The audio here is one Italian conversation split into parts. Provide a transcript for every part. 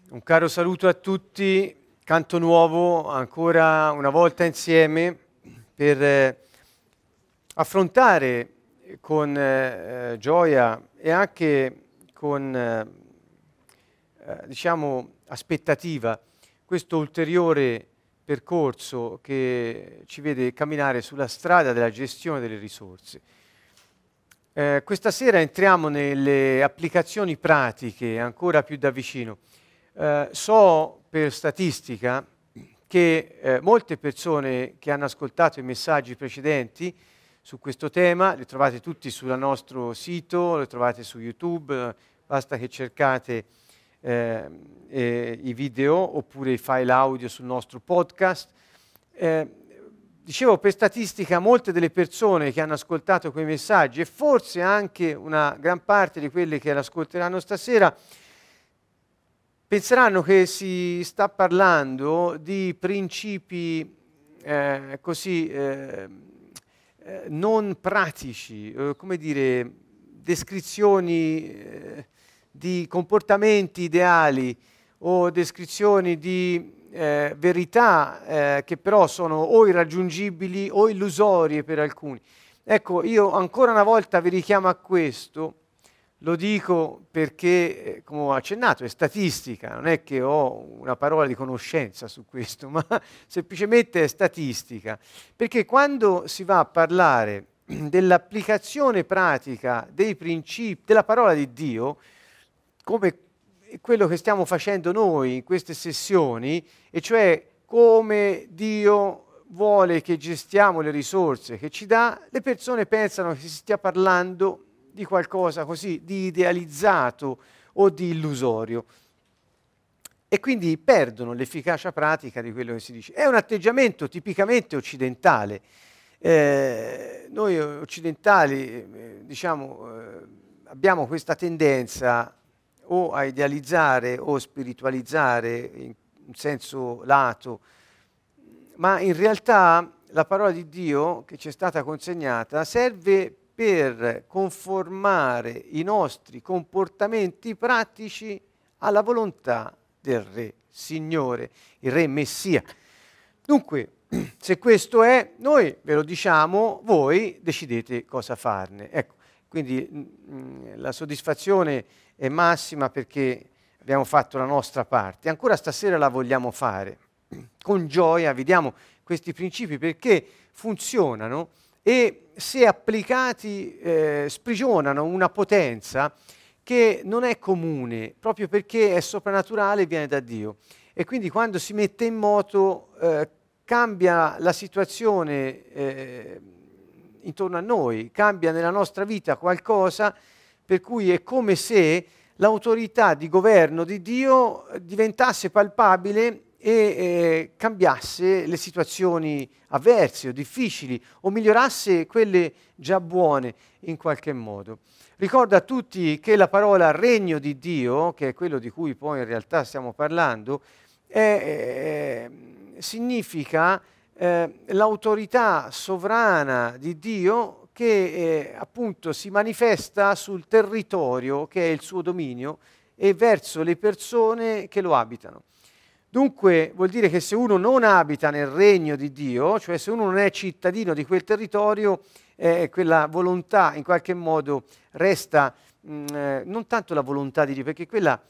Un caro saluto a tutti, canto nuovo ancora una volta insieme per affrontare con gioia e anche con aspettativa questo ulteriore percorso che ci vede camminare sulla strada della gestione delle risorse. Questa sera entriamo nelle applicazioni pratiche ancora più da vicino. So per statistica che molte persone che hanno ascoltato i messaggi precedenti su questo tema, li trovate tutti sul nostro sito, li trovate su YouTube, basta che cercate i video oppure i file audio sul nostro podcast. Dicevo per statistica, molte delle persone che hanno ascoltato quei messaggi e forse anche una gran parte di quelle che l'ascolteranno stasera penseranno che si sta parlando di principi non pratici, come dire, descrizioni di comportamenti ideali o descrizioni di verità che però sono o irraggiungibili o illusorie per alcuni. Ecco, io ancora una volta vi richiamo a questo. Lo dico perché, come ho accennato, è statistica, non è che ho una parola di conoscenza su questo, ma semplicemente è statistica. Perché quando si va a parlare dell'applicazione pratica dei principi, della parola di Dio, come quello che stiamo facendo noi in queste sessioni, e cioè come Dio vuole che gestiamo le risorse che ci dà, le persone pensano che si stia parlando di qualcosa così di idealizzato o di illusorio e quindi perdono l'efficacia pratica di quello che si dice. È un atteggiamento tipicamente occidentale. Noi occidentali abbiamo questa tendenza o a idealizzare o spiritualizzare in un senso lato, ma in realtà la parola di Dio che ci è stata consegnata serve per conformare i nostri comportamenti pratici alla volontà del Re Signore, il Re Messia. Dunque, se questo è, noi ve lo diciamo, voi decidete cosa farne. Ecco, quindi la soddisfazione è massima perché abbiamo fatto la nostra parte. Ancora stasera la vogliamo fare. Con gioia vediamo questi principi perché funzionano e se applicati sprigionano una potenza che non è comune, proprio perché è soprannaturale e viene da Dio. E quindi quando si mette in moto cambia la situazione intorno a noi, cambia nella nostra vita qualcosa per cui è come se l'autorità di governo di Dio diventasse palpabile e cambiasse le situazioni avverse o difficili o migliorasse quelle già buone in qualche modo. Ricordo a tutti che la parola regno di Dio, che è quello di cui poi in realtà stiamo parlando, significa l'autorità sovrana di Dio che appunto si manifesta sul territorio che è il suo dominio e verso le persone che lo abitano. Dunque vuol dire che se uno non abita nel regno di Dio, cioè se uno non è cittadino di quel territorio, quella volontà in qualche modo resta non tanto la volontà di Dio, perché quella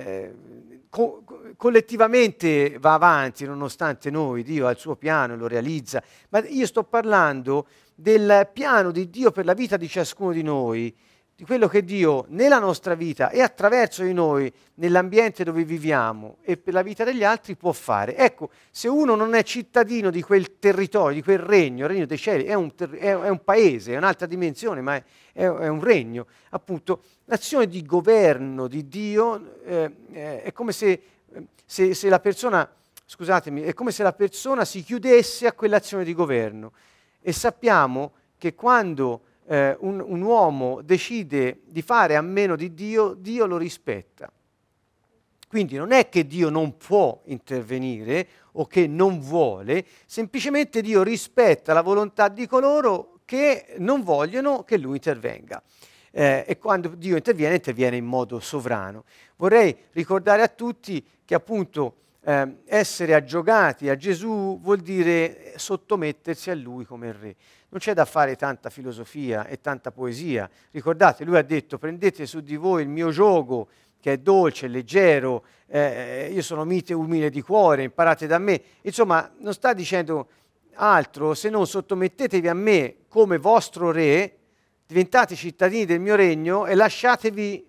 collettivamente va avanti nonostante noi, Dio ha il suo piano e lo realizza, ma io sto parlando del piano di Dio per la vita di ciascuno di noi, di quello che Dio nella nostra vita e attraverso di noi, nell'ambiente dove viviamo e per la vita degli altri può fare. Ecco, se uno non è cittadino di quel territorio, di quel regno, il regno dei cieli, è un paese, è un'altra dimensione, ma è un regno, appunto, l'azione di governo di Dio è come se la persona, scusatemi, è come se la persona si chiudesse a quell'azione di governo e sappiamo che quando un uomo decide di fare a meno di Dio, Dio lo rispetta. Quindi non è che Dio non può intervenire o che non vuole, semplicemente Dio rispetta la volontà di coloro che non vogliono che Lui intervenga. e quando Dio interviene, interviene in modo sovrano. Vorrei ricordare a tutti che appunto essere aggiogati a Gesù vuol dire sottomettersi a Lui come il Re. Non c'è da fare tanta filosofia e tanta poesia. Ricordate, Lui ha detto: prendete su di voi il mio giogo, che è dolce, leggero, io sono mite e umile di cuore, imparate da me. Insomma, non sta dicendo altro se non sottomettetevi a me come vostro Re, diventate cittadini del mio regno e lasciatevi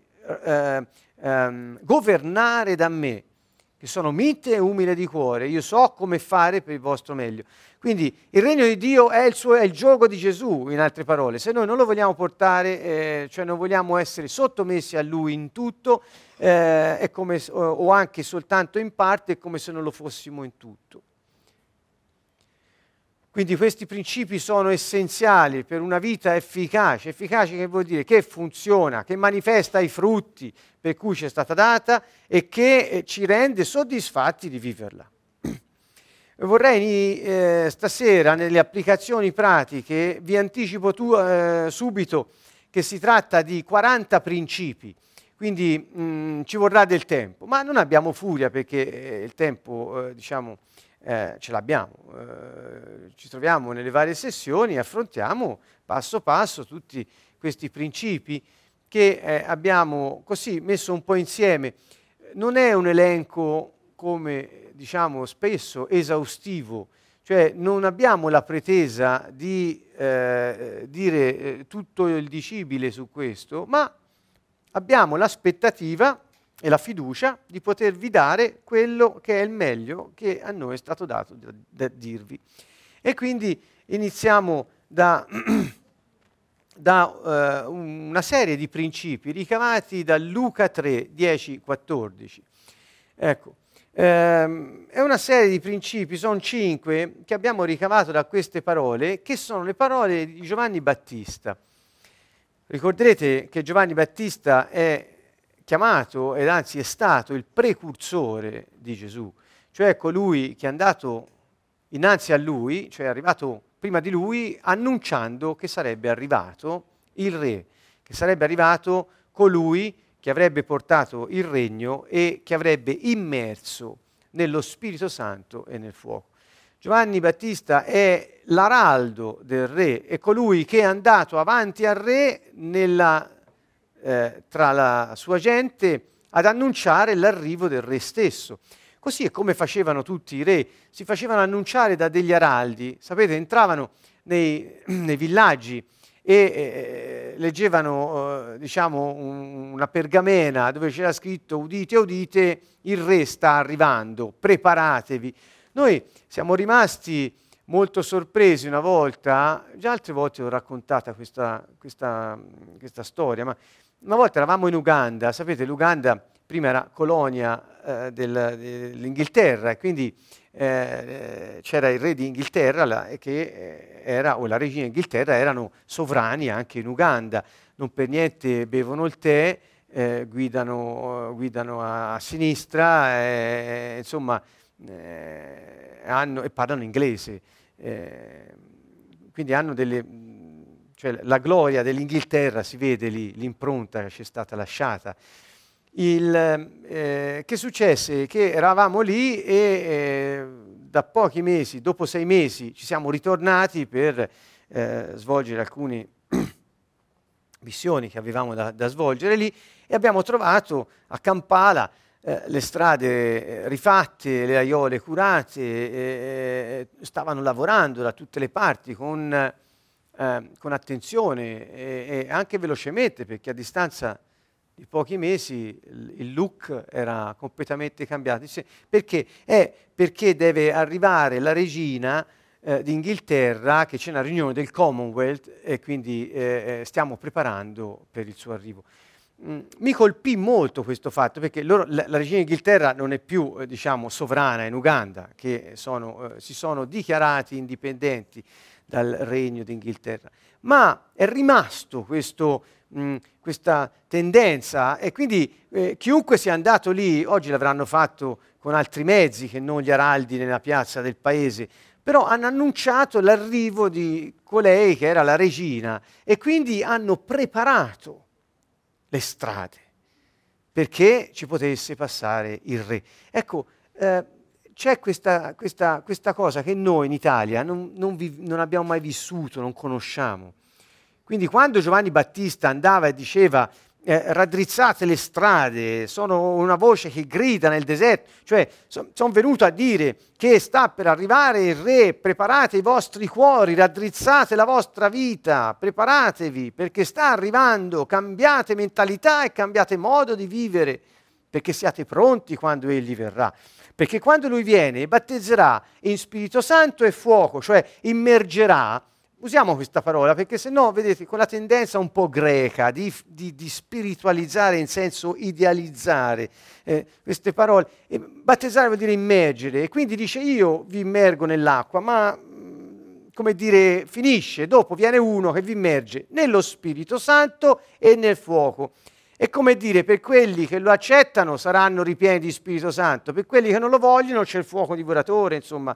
governare da me, che sono mite e umile di cuore, io so come fare per il vostro meglio. Quindi il regno di Dio è il giogo di Gesù, in altre parole. Se noi non lo vogliamo portare, cioè non vogliamo essere sottomessi a Lui in tutto, è come, o anche soltanto in parte, è come se non lo fossimo in tutto. Quindi questi principi sono essenziali per una vita efficace. Efficace che vuol dire che funziona, che manifesta i frutti per cui ci è stata data e che ci rende soddisfatti di viverla. Vorrei stasera, nelle applicazioni pratiche, vi anticipo subito che si tratta di 40 principi, quindi ci vorrà del tempo, ma non abbiamo furia perché il tempo, ce l'abbiamo, ci troviamo nelle varie sessioni e affrontiamo passo passo tutti questi principi che abbiamo così messo un po' insieme. Non è un elenco, come diciamo spesso, esaustivo, cioè non abbiamo la pretesa di dire tutto il dicibile su questo, ma abbiamo l'aspettativa e la fiducia di potervi dare quello che è il meglio che a noi è stato dato da dirvi. E quindi iniziamo da una serie di principi ricavati da Luca 3, 10, 14. Ecco, è una serie di principi, sono 5, che abbiamo ricavato da queste parole, che sono le parole di Giovanni Battista. Ricorderete che Giovanni Battista è chiamato, ed anzi è stato il precursore di Gesù, cioè colui che è andato innanzi a lui, cioè è arrivato prima di lui, annunciando che sarebbe arrivato il Re, che sarebbe arrivato colui che avrebbe portato il regno e che avrebbe immerso nello Spirito Santo e nel fuoco. Giovanni Battista è l'araldo del Re, è colui che è andato avanti al Re tra la sua gente ad annunciare l'arrivo del Re stesso. Così è come facevano tutti i re, si facevano annunciare da degli araldi, sapete, entravano nei villaggi e leggevano una pergamena dove c'era scritto: udite, udite, il Re sta arrivando, preparatevi. Noi siamo rimasti molto sorpresi una volta, già altre volte ho raccontata questa storia, ma una volta eravamo in Uganda, sapete l'Uganda prima era colonia dell'Inghilterra e quindi c'era il re di Inghilterra o la regina d'Inghilterra, erano sovrani anche in Uganda, non per niente bevono il tè, guidano a sinistra, insomma, e parlano inglese, quindi hanno cioè la gloria dell'Inghilterra si vede lì, l'impronta che ci è stata lasciata. Che successe? Che eravamo lì e da pochi mesi, dopo 6 mesi, ci siamo ritornati per svolgere alcune missioni che avevamo da svolgere lì e abbiamo trovato a Kampala le strade rifatte, le aiole curate, stavano lavorando da tutte le parti con attenzione e anche velocemente, perché a distanza di pochi mesi il look era completamente cambiato. Perché? Perché deve arrivare la regina d'Inghilterra, che c'è una riunione del Commonwealth e quindi stiamo preparando per il suo arrivo. Mi colpì molto questo fatto, perché la regina d'Inghilterra non è più sovrana in Uganda, che si sono dichiarati indipendenti dal regno d'Inghilterra, ma è rimasto questa tendenza e quindi chiunque sia andato lì, oggi l'avranno fatto con altri mezzi che non gli araldi nella piazza del paese, però hanno annunciato l'arrivo di colei che era la regina e quindi hanno preparato le strade, perché ci potesse passare il re. Ecco, c'è questa cosa che noi in Italia non abbiamo mai vissuto, non conosciamo. Quindi quando Giovanni Battista andava e diceva raddrizzate le strade, sono una voce che grida nel deserto, cioè sono venuto a dire che sta per arrivare il re, preparate i vostri cuori, raddrizzate la vostra vita, preparatevi perché sta arrivando, cambiate mentalità e cambiate modo di vivere, perché siate pronti quando egli verrà. Perché quando lui viene battezzerà in Spirito Santo e fuoco, cioè immergerà. Usiamo questa parola perché se no, vedete, con la tendenza un po' greca di spiritualizzare in senso idealizzare queste parole, battezzare vuol dire immergere, e quindi dice io vi immergo nell'acqua, ma come dire, finisce, dopo viene uno che vi immerge nello Spirito Santo e nel fuoco. È come dire, per quelli che lo accettano saranno ripieni di Spirito Santo, per quelli che non lo vogliono c'è il fuoco divoratore, insomma.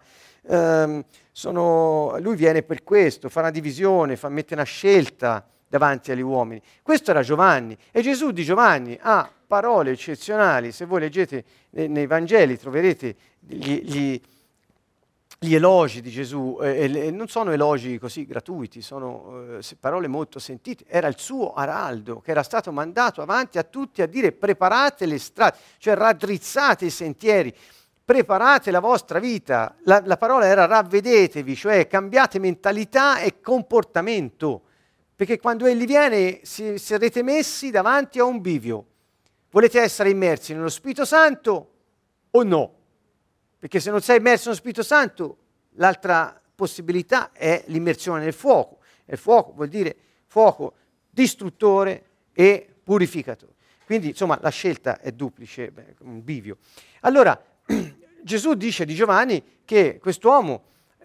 Lui viene per questo, fa una divisione, mette una scelta davanti agli uomini. Questo era Giovanni, e Gesù di Giovanni ha parole eccezionali. Se voi leggete nei Vangeli troverete gli elogi di Gesù, non sono elogi così gratuiti, sono parole molto sentite. Era il suo araldo che era stato mandato avanti a tutti a dire preparate le strade, cioè raddrizzate i sentieri, preparate la vostra vita. La parola era ravvedetevi, cioè cambiate mentalità e comportamento, perché quando egli viene sarete messi davanti a un bivio. Volete essere immersi nello Spirito Santo o no? Perché se non sei immerso nello Spirito Santo, l'altra possibilità è l'immersione nel fuoco. E fuoco vuol dire fuoco distruttore e purificatore. Quindi, insomma, la scelta è duplice, un bivio. Allora, Gesù dice di Giovanni che quest'uomo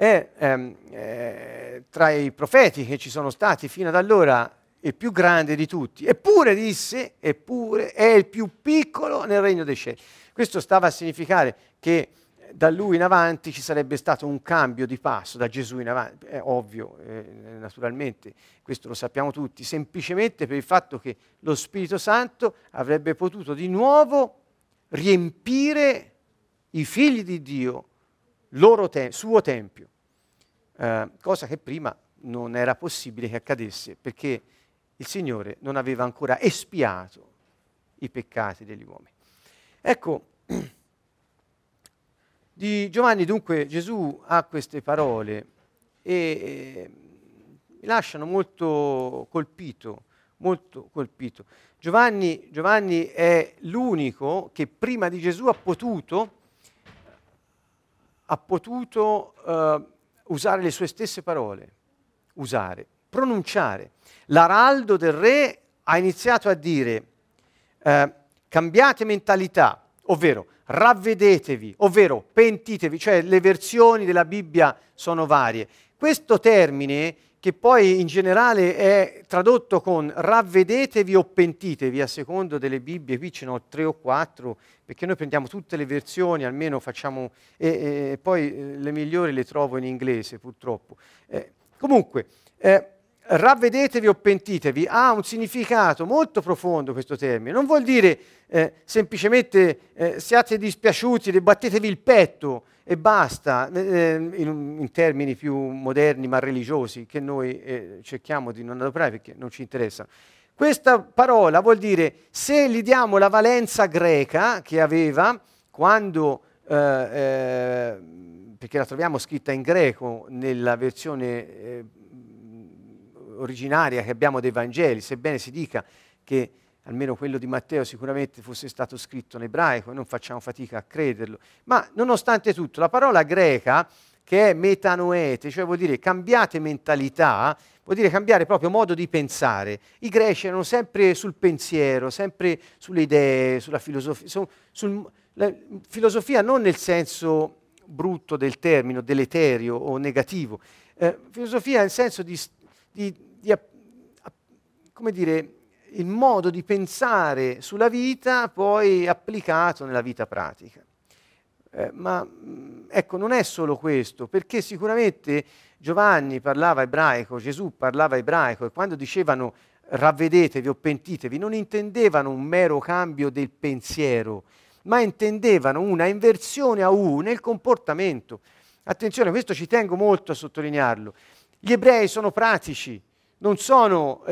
è tra i profeti che ci sono stati fino ad allora il più grande di tutti. Eppure disse, eppure è il più piccolo nel regno dei cieli. Questo stava a significare che da lui in avanti ci sarebbe stato un cambio di passo, da Gesù in avanti, è ovvio, naturalmente, questo lo sappiamo tutti, semplicemente per il fatto che lo Spirito Santo avrebbe potuto di nuovo riempire i figli di Dio, suo tempio, cosa che prima non era possibile che accadesse, perché il Signore non aveva ancora espiato i peccati degli uomini. Ecco, di Giovanni dunque Gesù ha queste parole e mi lasciano molto colpito, molto colpito. Giovanni è l'unico che prima di Gesù ha potuto usare le sue stesse parole, pronunciare. L'araldo del re ha iniziato a dire cambiate mentalità, ovvero ravvedetevi, ovvero pentitevi, cioè le versioni della Bibbia sono varie. Questo termine, che poi in generale è tradotto con ravvedetevi o pentitevi, a secondo delle Bibbie, qui ce ne ho 3 o 4, perché noi prendiamo tutte le versioni, almeno facciamo, e poi le migliori le trovo in inglese purtroppo. Comunque, ravvedetevi o pentitevi ha un significato molto profondo questo termine. Non vuol dire semplicemente siate dispiaciuti, battetevi il petto e basta, in termini più moderni ma religiosi che noi cerchiamo di non adoperare perché non ci interessano. Questa parola vuol dire, se gli diamo la valenza greca che aveva quando, perché la troviamo scritta in greco nella versione originaria che abbiamo dei Vangeli, sebbene si dica che almeno quello di Matteo sicuramente fosse stato scritto in ebraico e non facciamo fatica a crederlo, ma nonostante tutto la parola greca, che è metanoete, cioè vuol dire cambiate mentalità, vuol dire cambiare proprio modo di pensare. I greci erano sempre sul pensiero, sempre sulle idee, sulla filosofia, la filosofia non nel senso brutto del termine, deleterio o negativo, filosofia nel senso come dire, il modo di pensare sulla vita poi applicato nella vita pratica. Ma ecco, non è solo questo, perché sicuramente Giovanni parlava ebraico, Gesù parlava ebraico, e quando dicevano ravvedetevi o pentitevi, non intendevano un mero cambio del pensiero, ma intendevano una inversione a U nel comportamento. Attenzione, questo ci tengo molto a sottolinearlo. Gli ebrei sono pratici, non sono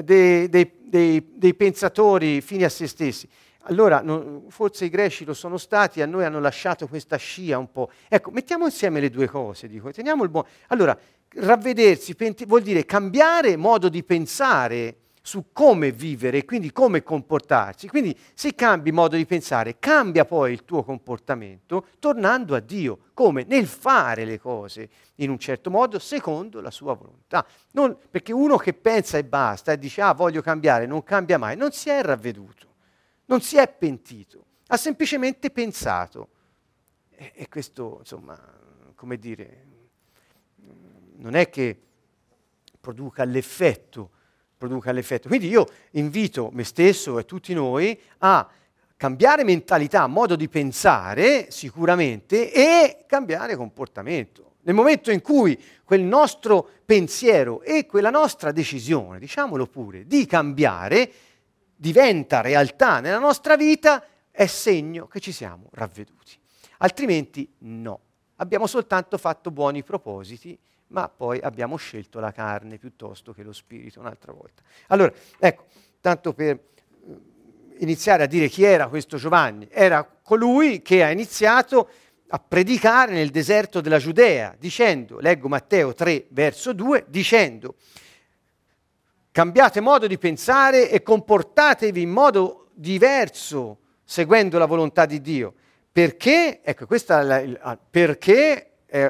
dei pensatori fini a se stessi. Allora, forse i greci lo sono stati, a noi hanno lasciato questa scia un po'. Ecco, mettiamo insieme le due cose, dico, teniamo il buono. Allora, ravvedersi vuol dire cambiare modo di pensare su come vivere e quindi come comportarsi. Quindi se cambi modo di pensare, cambia poi il tuo comportamento tornando a Dio. Come? Nel fare le cose in un certo modo secondo la sua volontà. Perché uno che pensa e basta e dice voglio cambiare, non cambia mai, non si è ravveduto, non si è pentito, ha semplicemente pensato. E questo, insomma, come dire, non è che produca l'effetto. Quindi io invito me stesso e tutti noi a cambiare mentalità, modo di pensare sicuramente e cambiare comportamento. Nel momento in cui quel nostro pensiero e quella nostra decisione, diciamolo pure, di cambiare diventa realtà nella nostra vita, è segno che ci siamo ravveduti. Altrimenti no, abbiamo soltanto fatto buoni propositi, ma poi abbiamo scelto la carne piuttosto che lo spirito un'altra volta. Allora, ecco, tanto per iniziare a dire chi era questo Giovanni, era colui che ha iniziato a predicare nel deserto della Giudea, dicendo, leggo Matteo 3, verso 2, dicendo, cambiate modo di pensare e comportatevi in modo diverso, seguendo la volontà di Dio. Perché, ecco, perché è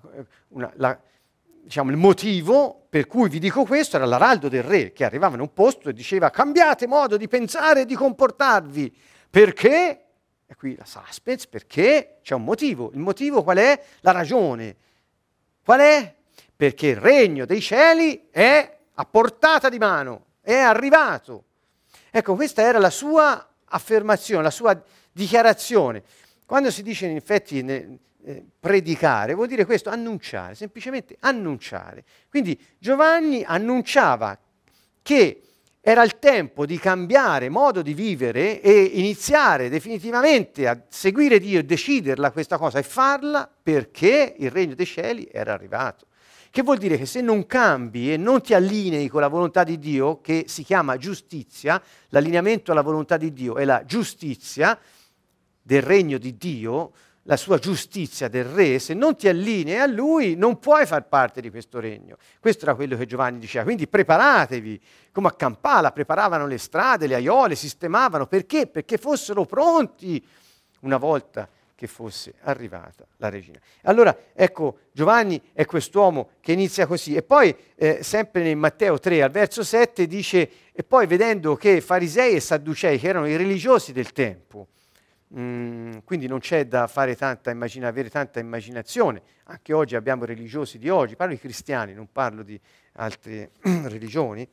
diciamo, il motivo per cui vi dico questo era l'araldo del re che arrivava in un posto e diceva cambiate modo di pensare e di comportarvi, perché, e qui la suspense, perché c'è un motivo. Il motivo qual è? La ragione. Qual è? Perché il regno dei cieli è a portata di mano, è arrivato. Ecco, questa era la sua affermazione, la sua dichiarazione. Quando si dice in effetti predicare, vuol dire questo, annunciare, semplicemente annunciare. Quindi Giovanni annunciava che era il tempo di cambiare modo di vivere e iniziare definitivamente a seguire Dio e deciderla questa cosa e farla perché il regno dei cieli era arrivato. Che vuol dire che se non cambi e non ti allinei con la volontà di Dio, che si chiama giustizia, l'allineamento alla volontà di Dio è la giustizia del regno di Dio, la sua giustizia del re, se non ti allinei a lui non puoi far parte di questo regno. Questo era quello che Giovanni diceva, quindi preparatevi, come a Kampala preparavano le strade, le aiole, sistemavano, perché? Perché fossero pronti una volta che fosse arrivata la regina. Allora, ecco, Giovanni è quest'uomo che inizia così, e poi sempre in Matteo 3 al verso 7 dice, e poi vedendo che farisei e sadducei, che erano i religiosi del tempo, quindi non c'è da fare avere tanta immaginazione, anche oggi abbiamo religiosi di oggi, parlo di cristiani, non parlo di altre religioni,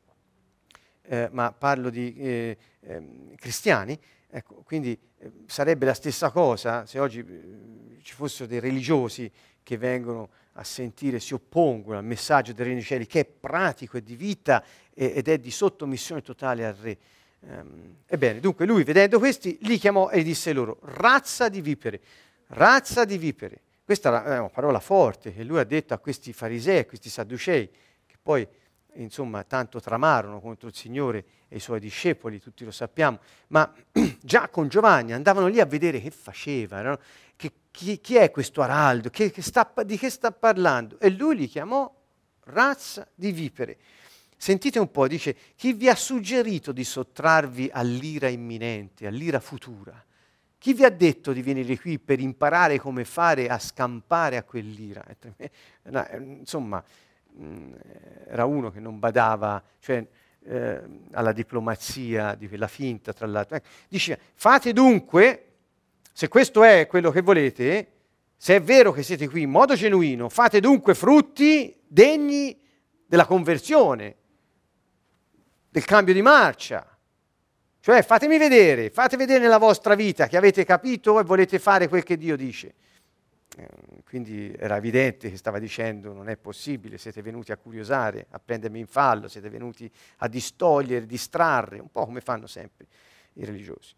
ma parlo di cristiani, ecco, quindi sarebbe la stessa cosa se oggi ci fossero dei religiosi che vengono a sentire, si oppongono al messaggio del Regno dei Cieli, che è pratico, è di vita ed è di sottomissione totale al Re. Ebbene, dunque lui vedendo questi li chiamò e disse loro razza di vipere, razza di vipere. Questa è una parola forte che lui ha detto a questi farisei, a questi sadducei, che poi insomma tanto tramarono contro il Signore e i suoi discepoli, tutti lo sappiamo, ma già con Giovanni andavano lì a vedere che faceva, no? Chi è questo araldo, di che sta parlando? E lui li chiamò razza di vipere. Sentite un po', dice, chi vi ha suggerito di sottrarvi all'ira imminente, all'ira futura? Chi vi ha detto di venire qui per imparare come fare a scampare a quell'ira? Insomma, era uno che non badava, cioè, alla diplomazia di quella finta, tra l'altro. Dice, fate dunque, se questo è quello che volete, se è vero che siete qui in modo genuino, fate dunque frutti degni della conversione, del cambio di marcia. Cioè fate vedere nella vostra vita che avete capito e volete fare quel che Dio dice. Quindi era evidente che stava dicendo: non è possibile, siete venuti a curiosare, a prendermi in fallo, siete venuti a distogliere, distrarre, un po' come fanno sempre i religiosi.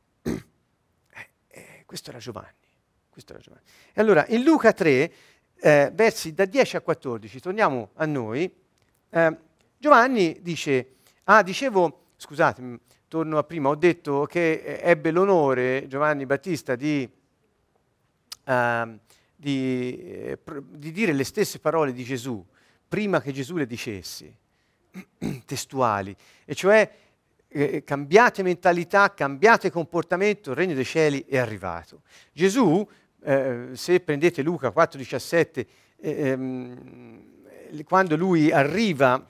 Questo era Giovanni. E allora in Luca 3, versi da 10 a 14, torniamo a noi, Giovanni dice, scusate, torno a prima, ho detto che ebbe l'onore Giovanni Battista di dire le stesse parole di Gesù prima che Gesù le dicesse, testuali, e cioè cambiate mentalità, cambiate comportamento, il regno dei cieli è arrivato. Gesù, se prendete Luca 4,17, quando lui arriva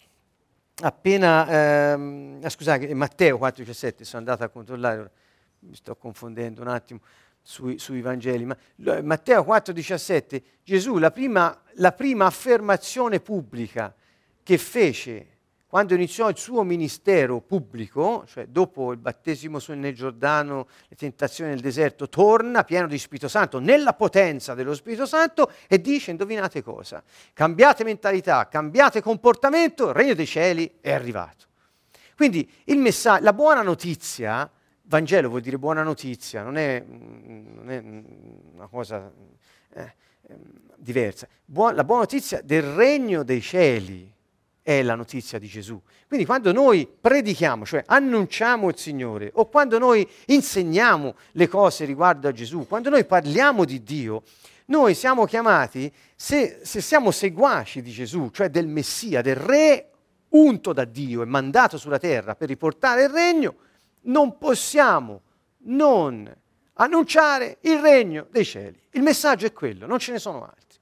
appena, scusate, Matteo 4,17, sono andato a controllare, mi sto confondendo un attimo sui Vangeli, ma Matteo 4,17, Gesù, la prima affermazione pubblica che fece quando iniziò il suo ministero pubblico, cioè dopo il battesimo nel Giordano, le tentazioni nel deserto, torna pieno di Spirito Santo, nella potenza dello Spirito Santo, e dice, indovinate cosa? Cambiate mentalità, cambiate comportamento, il regno dei cieli è arrivato. Quindi il messaggio, la buona notizia, Vangelo vuol dire buona notizia, non è una cosa diversa. La buona notizia del regno dei cieli è la notizia di Gesù. Quindi quando noi predichiamo, cioè annunciamo il Signore, o quando noi insegniamo le cose riguardo a Gesù, quando noi parliamo di Dio, noi siamo chiamati, se siamo seguaci di Gesù, cioè del Messia, del Re unto da Dio e mandato sulla terra per riportare il regno, non possiamo non annunciare il regno dei cieli. Il messaggio è quello, non ce ne sono altri.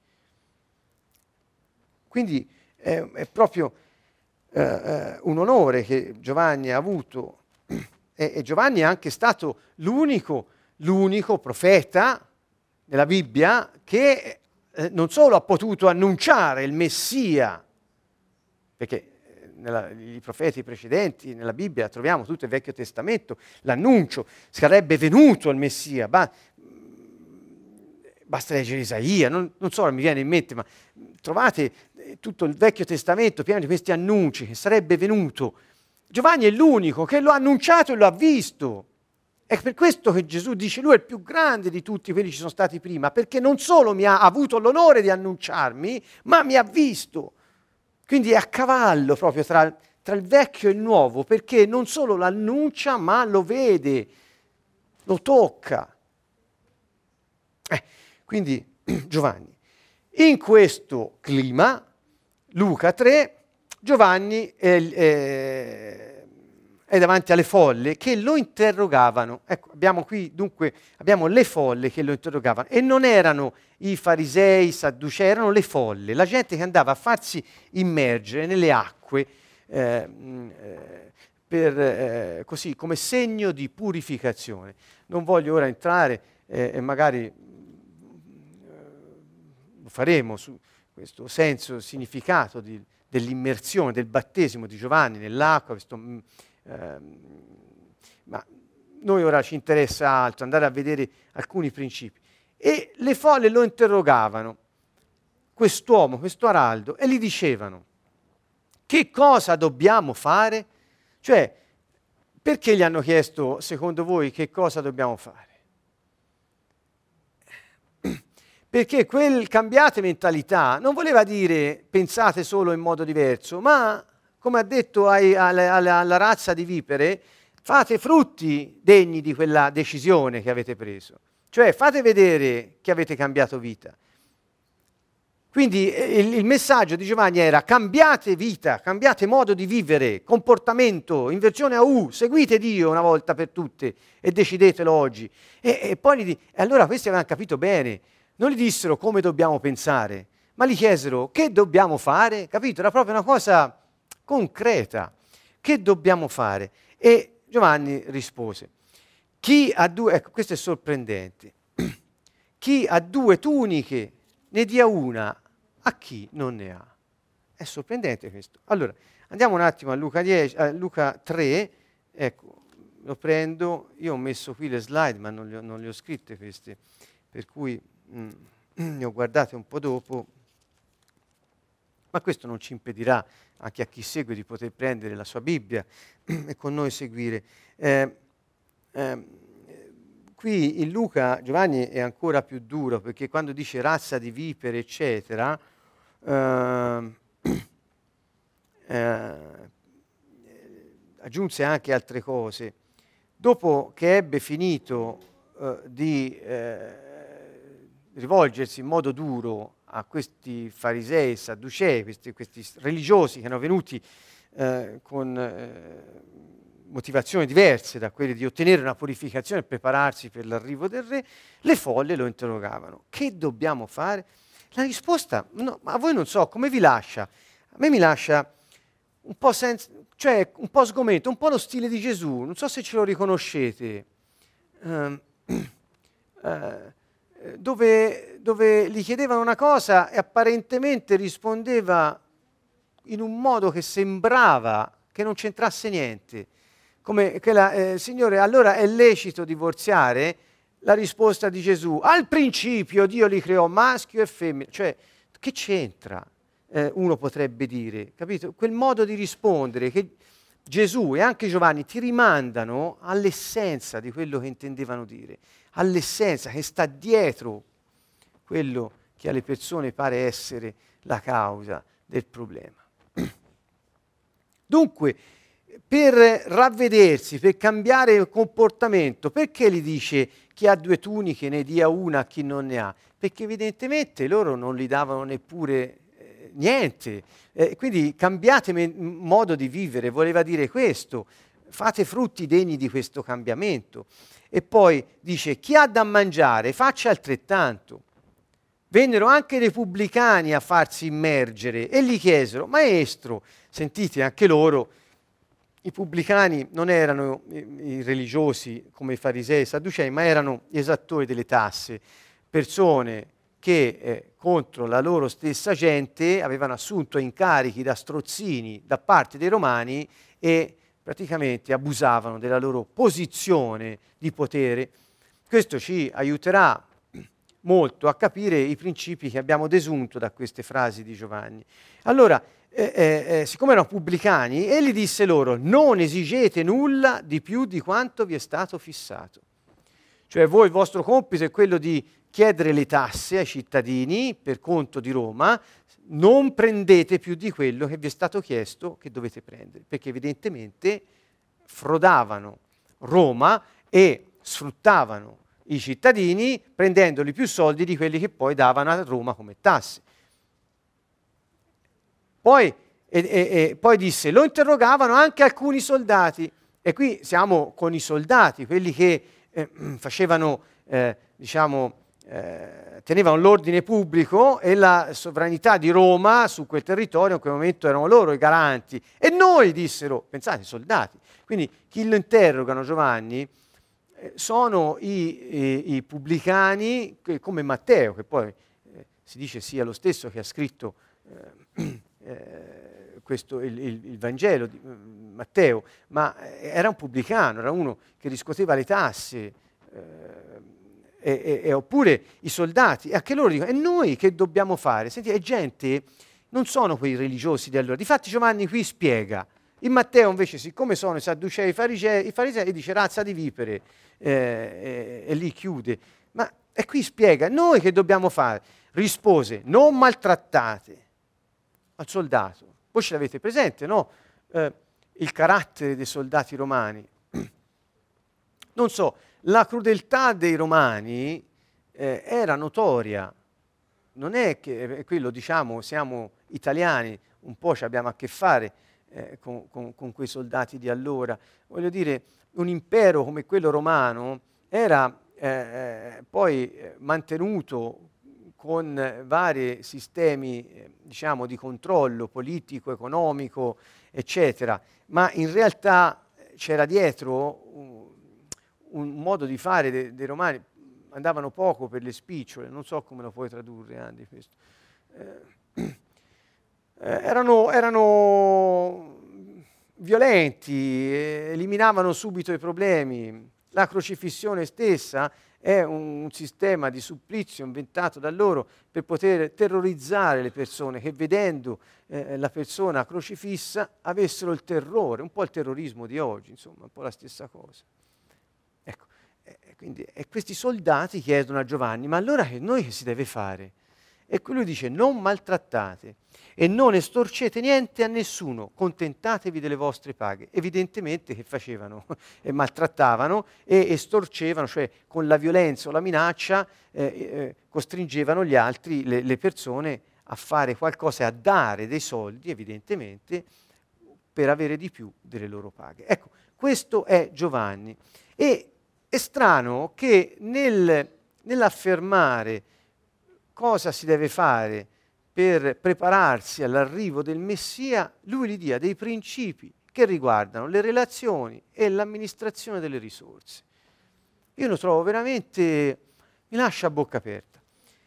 Quindi è proprio un onore che Giovanni ha avuto, e Giovanni è anche stato l'unico profeta nella Bibbia che non solo ha potuto annunciare il Messia, perché i profeti precedenti nella Bibbia troviamo tutto il Vecchio Testamento, l'annuncio, sarebbe venuto il Messia, basta leggere Isaia, non so, mi viene in mente, ma trovate tutto il Vecchio Testamento pieno di questi annunci, che sarebbe venuto. Giovanni è l'unico che lo ha annunciato e lo ha visto. È per questo che Gesù dice, lui è il più grande di tutti quelli che ci sono stati prima, perché non solo mi ha avuto l'onore di annunciarmi, ma mi ha visto. Quindi è a cavallo proprio tra il vecchio e il nuovo, perché non solo lo annuncia, ma lo vede, lo tocca. Quindi Giovanni. In questo clima, Luca 3, Giovanni è davanti alle folle che lo interrogavano. Ecco, abbiamo qui dunque, abbiamo le folle che lo interrogavano, e non erano i farisei, i sadducei, erano le folle, la gente che andava a farsi immergere nelle acque così, come segno di purificazione. Non voglio ora entrare e magari lo faremo su questo senso, significato dell'immersione, del battesimo di Giovanni nell'acqua, ma noi ora ci interessa altro, andare a vedere alcuni principi. E le folle lo interrogavano, quest'uomo, questo araldo, e gli dicevano: che cosa dobbiamo fare? Cioè, perché gli hanno chiesto, secondo voi, che cosa dobbiamo fare? Perché quel cambiate mentalità non voleva dire pensate solo in modo diverso, ma, come ha detto alla razza di vipere, fate frutti degni di quella decisione che avete preso. Cioè fate vedere che avete cambiato vita. Quindi il messaggio di Giovanni era: cambiate vita, cambiate modo di vivere, comportamento, inversione a U, seguite Dio una volta per tutte e decidetelo oggi. E poi allora questi avevano capito bene. Non gli dissero come dobbiamo pensare, ma gli chiesero che dobbiamo fare, capito? Era proprio una cosa concreta. Che dobbiamo fare? E Giovanni rispose: chi ha due, ecco, questo è sorprendente, chi ha due tuniche ne dia una a chi non ne ha. È sorprendente questo. Allora, andiamo un attimo a Luca 3, ecco, lo prendo, io ho messo qui le slide, ma non le ho scritte queste, per cui ne ho guardate un po' dopo, ma questo non ci impedirà, anche a chi segue, di poter prendere la sua Bibbia e con noi seguire. Qui in Luca Giovanni è ancora più duro, perché quando dice razza di vipere, eccetera, aggiunse anche altre cose. Dopo che ebbe finito di rivolgersi in modo duro a questi farisei, sadducei, questi religiosi che erano venuti con motivazioni diverse da quelle di ottenere una purificazione e prepararsi per l'arrivo del re, le folle lo interrogavano. Che dobbiamo fare? La risposta, no, ma a voi non so, come vi lascia? A me mi lascia un po' cioè un po' sgomento, un po' lo stile di Gesù, non so se ce lo riconoscete, dove gli chiedevano una cosa e apparentemente rispondeva in un modo che sembrava che non c'entrasse niente. Come quella, Signore, allora è lecito divorziare? La risposta di Gesù, al principio Dio li creò maschio e femmina, cioè che c'entra? Uno potrebbe dire, capito? Quel modo di rispondere che Gesù e anche Giovanni ti rimandano all'essenza di quello che intendevano dire, all'essenza che sta dietro quello che alle persone pare essere la causa del problema. Dunque, per ravvedersi, per cambiare comportamento, perché gli dice chi ha 2 tuniche ne dia una a chi non ne ha? Perché evidentemente loro non gli davano neppure niente, quindi cambiate modo di vivere, voleva dire questo, fate frutti degni di questo cambiamento. E poi dice chi ha da mangiare faccia altrettanto. Vennero anche dei pubblicani a farsi immergere e gli chiesero, maestro, sentite anche loro, i pubblicani non erano i religiosi come i farisei e i sadducei, ma erano gli esattori delle tasse, persone che contro la loro stessa gente avevano assunto incarichi da strozzini da parte dei romani e praticamente abusavano della loro posizione di potere. Questo ci aiuterà molto a capire i principi che abbiamo desunto da queste frasi di Giovanni. Allora, siccome erano pubblicani, egli disse loro, non esigete nulla di più di quanto vi è stato fissato. Cioè voi il vostro compito è quello di chiedere le tasse ai cittadini per conto di Roma, non prendete più di quello che vi è stato chiesto che dovete prendere, perché evidentemente frodavano Roma e sfruttavano i cittadini prendendoli più soldi di quelli che poi davano a Roma come tasse. Poi disse, lo interrogavano anche alcuni soldati, e qui siamo con i soldati, quelli che facevano, tenevano l'ordine pubblico e la sovranità di Roma su quel territorio, in quel momento erano loro i garanti. E noi dissero, pensate, soldati. Quindi chi lo interrogano, Giovanni, sono i pubblicani, come Matteo, che poi si dice sia lo stesso che ha scritto il Vangelo di Matteo, ma era un pubblicano, era uno che riscuoteva le tasse, oppure i soldati, e anche loro dicono, e noi che dobbiamo fare? Senti, è gente, non sono quei religiosi di allora. Difatti Giovanni qui spiega, in Matteo invece, siccome sono i sadducei i farisei dice razza di vipere, e lì chiude. Ma e qui spiega, noi che dobbiamo fare? Rispose, non maltrattate al soldato. Voi ce l'avete presente, no? Il carattere dei soldati romani. Non so, la crudeltà dei romani era notoria. Non è che, qui lo diciamo, siamo italiani, un po' ci abbiamo a che fare con quei soldati di allora. Voglio dire, un impero come quello romano era poi mantenuto con vari sistemi diciamo di controllo politico, economico, eccetera, ma in realtà c'era dietro un modo di fare dei romani, andavano poco per le spicciole, non so come lo puoi tradurre, Andy, questo. Erano violenti, eliminavano subito i problemi. La crocifissione stessa è un sistema di supplizio inventato da loro per poter terrorizzare le persone che vedendo la persona crocifissa avessero il terrore, un po' il terrorismo di oggi, insomma, un po' la stessa cosa. Ecco, quindi questi soldati chiedono a Giovanni, ma allora che si deve fare? E lui dice, non maltrattate e non estorcete niente a nessuno, contentatevi delle vostre paghe. Evidentemente che facevano? E maltrattavano e estorcevano, cioè con la violenza o la minaccia costringevano gli altri, le persone, a fare qualcosa e a dare dei soldi, evidentemente, per avere di più delle loro paghe. Ecco, questo è Giovanni. E è strano che nell'affermare cosa si deve fare per prepararsi all'arrivo del Messia, lui gli dia dei principi che riguardano le relazioni e l'amministrazione delle risorse. Io lo trovo veramente, mi lascia a bocca aperta.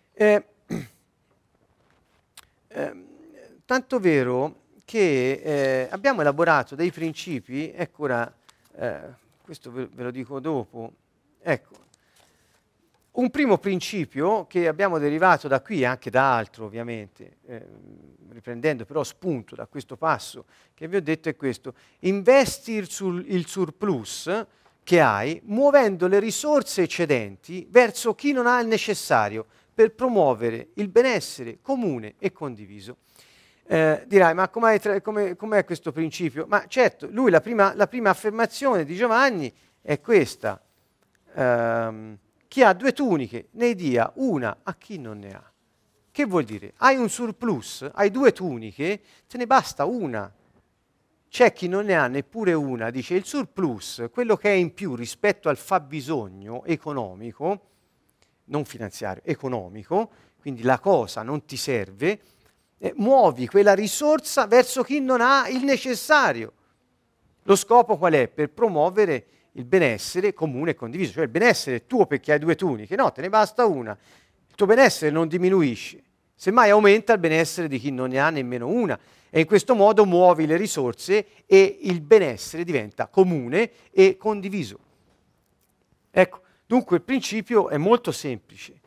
Tanto vero che abbiamo elaborato dei principi, ecco ora, questo ve lo dico dopo, ecco, un primo principio che abbiamo derivato da qui e anche da altro ovviamente, riprendendo però spunto da questo passo che vi ho detto è questo: investi il surplus che hai muovendo le risorse eccedenti verso chi non ha il necessario per promuovere il benessere comune e condiviso. Dirai, ma com'è questo principio? Ma certo, lui la prima affermazione di Giovanni è questa. Chi ha 2 tuniche ne dia una a chi non ne ha. Che vuol dire? Hai un surplus, hai 2 tuniche, te ne basta una. C'è chi non ne ha neppure una, dice il surplus, quello che è in più rispetto al fabbisogno economico, non finanziario, economico, quindi la cosa non ti serve, muovi quella risorsa verso chi non ha il necessario. Lo scopo qual è? Per promuovere il benessere comune e condiviso, cioè il benessere è tuo perché hai 2 tuniche, no, te ne basta una. Il tuo benessere non diminuisce, semmai aumenta il benessere di chi non ne ha nemmeno una. E in questo modo muovi le risorse e il benessere diventa comune e condiviso. Ecco, dunque il principio è molto semplice.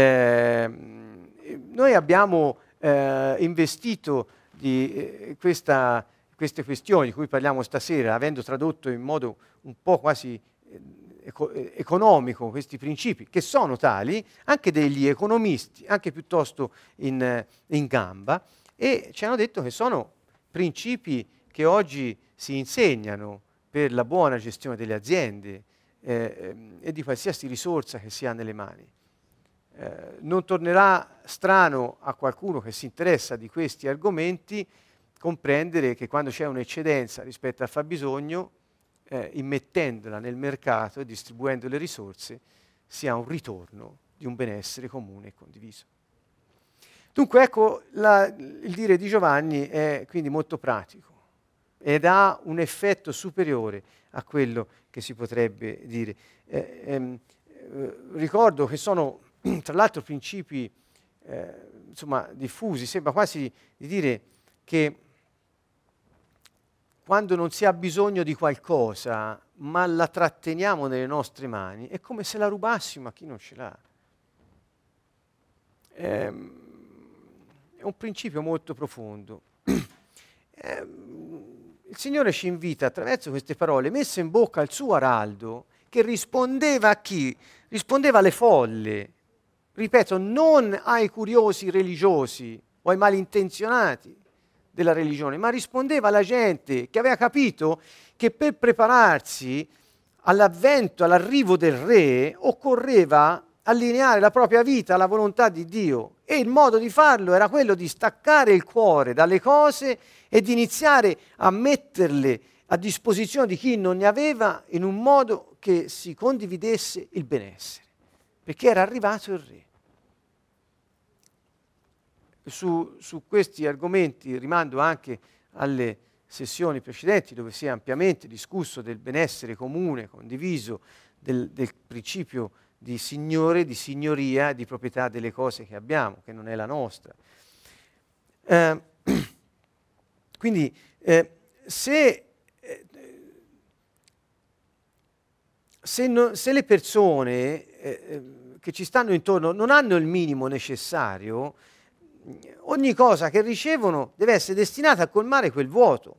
Noi abbiamo investito di queste questioni di cui parliamo stasera, avendo tradotto in modo un po' quasi economico questi principi, che sono tali, anche degli economisti, anche piuttosto in gamba, e ci hanno detto che sono principi che oggi si insegnano per la buona gestione delle aziende e di qualsiasi risorsa che si ha nelle mani. Non tornerà strano a qualcuno che si interessa di questi argomenti comprendere che quando c'è un'eccedenza rispetto al fabbisogno, immettendola nel mercato e distribuendo le risorse, si ha un ritorno di un benessere comune e condiviso. Dunque ecco, il dire di Giovanni è quindi molto pratico ed ha un effetto superiore a quello che si potrebbe dire. Ricordo che sono tra l'altro principi insomma, diffusi, sembra quasi di dire che quando non si ha bisogno di qualcosa, ma la tratteniamo nelle nostre mani, è come se la rubassimo a chi non ce l'ha. È un principio molto profondo. Il Signore ci invita attraverso queste parole messe in bocca al suo araldo, che rispondeva a chi? Rispondeva alle folle. Ripeto, non ai curiosi religiosi o ai malintenzionati della religione, ma rispondeva alla gente che aveva capito che per prepararsi all'avvento, all'arrivo del re, occorreva allineare la propria vita alla volontà di Dio e il modo di farlo era quello di staccare il cuore dalle cose e di iniziare a metterle a disposizione di chi non ne aveva in un modo che si condividesse il benessere, perché era arrivato il re. Su questi argomenti rimando anche alle sessioni precedenti dove si è ampiamente discusso del benessere comune, condiviso, del principio di signore, di signoria, di proprietà delle cose che abbiamo, che non è la nostra. Quindi se le persone che ci stanno intorno non hanno il minimo necessario, ogni cosa che ricevono deve essere destinata a colmare quel vuoto.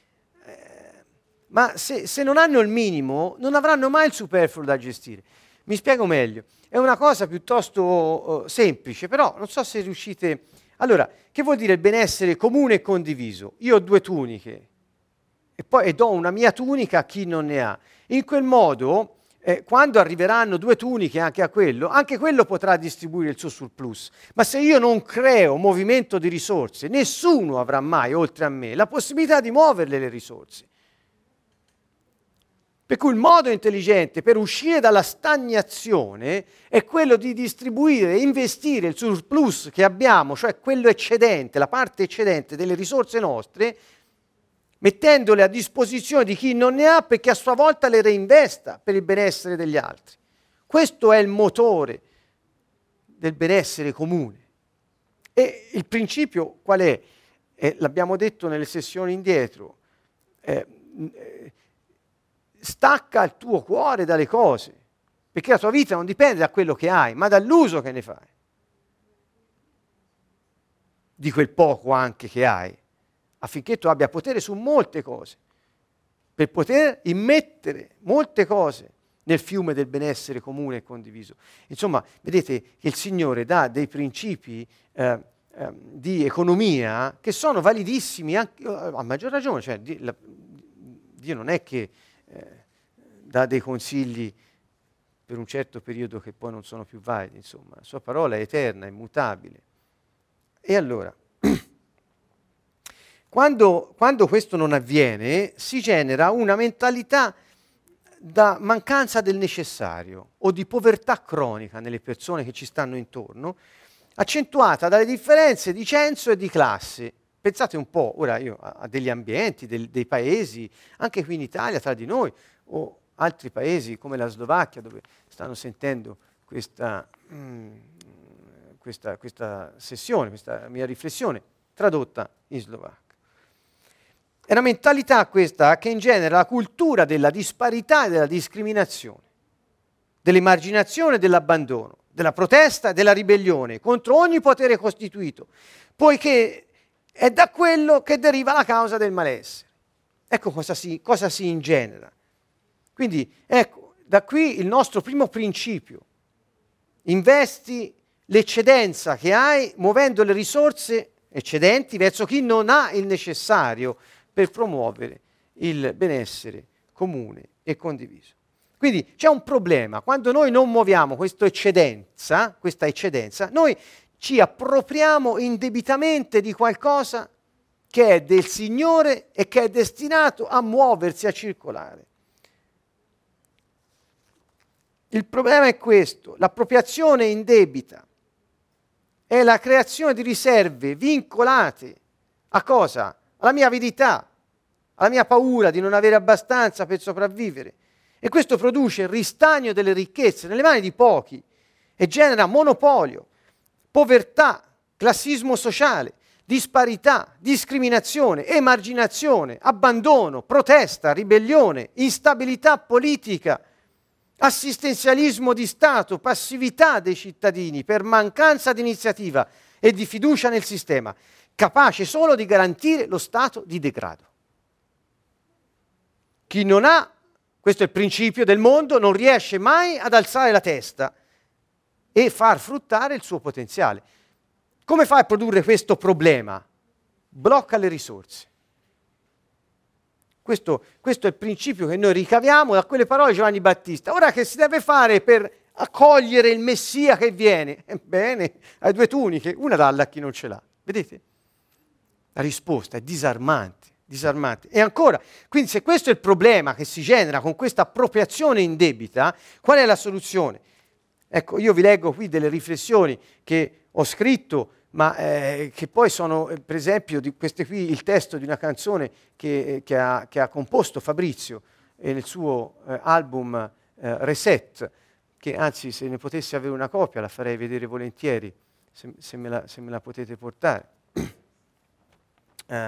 Ma se non hanno il minimo, non avranno mai il superfluo da gestire. Mi spiego meglio. È una cosa piuttosto semplice, però non so se riuscite... Allora, che vuol dire il benessere comune e condiviso? Io ho 2 tuniche e do una mia tunica a chi non ne ha. In quel modo, quando arriveranno 2 tuniche anche quello potrà distribuire il suo surplus. Ma se io non creo movimento di risorse, nessuno avrà mai, oltre a me, la possibilità di muoverle le risorse. Per cui il modo intelligente per uscire dalla stagnazione è quello di distribuire e investire il surplus che abbiamo, cioè quello eccedente, la parte eccedente delle risorse nostre, mettendole a disposizione di chi non ne ha perché a sua volta le reinvesta per il benessere degli altri. Questo è il motore del benessere comune. E il principio qual è? L'abbiamo detto nelle sessioni indietro. Stacca il tuo cuore dalle cose, perché la tua vita non dipende da quello che hai, ma dall'uso che ne fai. Di quel poco anche che hai, affinché tu abbia potere su molte cose, per poter immettere molte cose nel fiume del benessere comune e condiviso. Insomma, vedete che il Signore dà dei principi di economia che sono validissimi anche, a maggior ragione, cioè Dio non è che dà dei consigli per un certo periodo che poi non sono più validi, insomma, la sua parola è eterna, immutabile. E allora, quando questo non avviene, si genera una mentalità da mancanza del necessario o di povertà cronica nelle persone che ci stanno intorno, accentuata dalle differenze di censo e di classe. Pensate un po', ora io a degli ambienti, dei paesi, anche qui in Italia tra di noi, o altri paesi come la Slovacchia, dove stanno sentendo questa sessione, questa mia riflessione, tradotta in slovacco. È una mentalità questa che ingenera la cultura della disparità e della discriminazione, dell'emarginazione e dell'abbandono, della protesta e della ribellione contro ogni potere costituito, poiché è da quello che deriva la causa del malessere. Ecco cosa si ingenera. Quindi, ecco, da qui il nostro primo principio. Investi l'eccedenza che hai muovendo le risorse eccedenti verso chi non ha il necessario per promuovere il benessere comune e condiviso. Quindi c'è un problema. Quando noi non muoviamo questa eccedenza, noi ci appropriamo indebitamente di qualcosa che è del Signore e che è destinato a muoversi, a circolare. Il problema è questo: l'appropriazione indebita è la creazione di riserve vincolate a cosa? Alla mia avidità, alla mia paura di non avere abbastanza per sopravvivere. E questo produce il ristagno delle ricchezze nelle mani di pochi e genera monopolio, povertà, classismo sociale, disparità, discriminazione, emarginazione, abbandono, protesta, ribellione, instabilità politica, assistenzialismo di Stato, passività dei cittadini per mancanza di iniziativa e di fiducia nel sistema, capace solo di garantire lo stato di degrado. Chi non ha, questo è il principio del mondo, non riesce mai ad alzare la testa e far fruttare il suo potenziale. Come fa a produrre questo problema? Blocca le risorse. Questo è il principio che noi ricaviamo da quelle parole di Giovanni Battista. Ora che si deve fare per accogliere il Messia che viene? Bene, hai 2 tuniche, una dalla a chi non ce l'ha. Vedete? La risposta è disarmante. E ancora, quindi se questo è il problema che si genera con questa appropriazione indebita, qual è la soluzione? Ecco, io vi leggo qui delle riflessioni che ho scritto, ma che poi sono, per esempio, di queste qui, il testo di una canzone che ha composto Fabrizio nel suo album Reset, che anzi, se ne potessi avere una copia la farei vedere volentieri, se me la potete portare.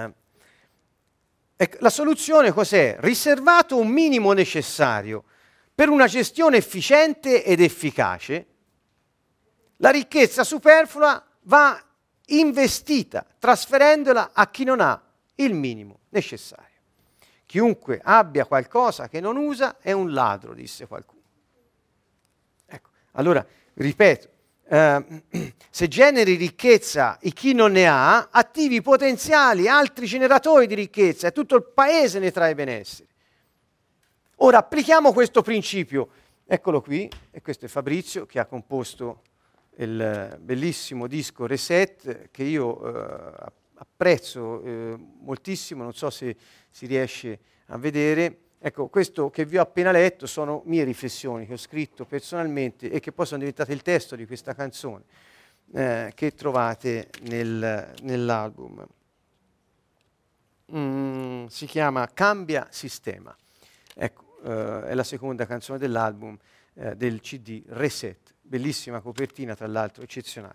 La soluzione cos'è? Riservato un minimo necessario per una gestione efficiente ed efficace, la ricchezza superflua va investita, trasferendola a chi non ha il minimo necessario. Chiunque abbia qualcosa che non usa è un ladro, disse qualcuno. Ecco, allora, ripeto, se generi ricchezza in chi non ne ha, attivi potenziali altri generatori di ricchezza e tutto il paese ne trae benessere. Ora applichiamo questo principio. Eccolo qui, e questo è Fabrizio che ha composto il bellissimo disco Reset che io apprezzo moltissimo, non so se si riesce a vedere. Ecco, questo che vi ho appena letto sono mie riflessioni che ho scritto personalmente e che poi sono diventate il testo di questa canzone che trovate nell'album. Si chiama Cambia Sistema. Ecco, è la seconda canzone dell'album del CD Reset. Bellissima copertina, tra l'altro, eccezionale.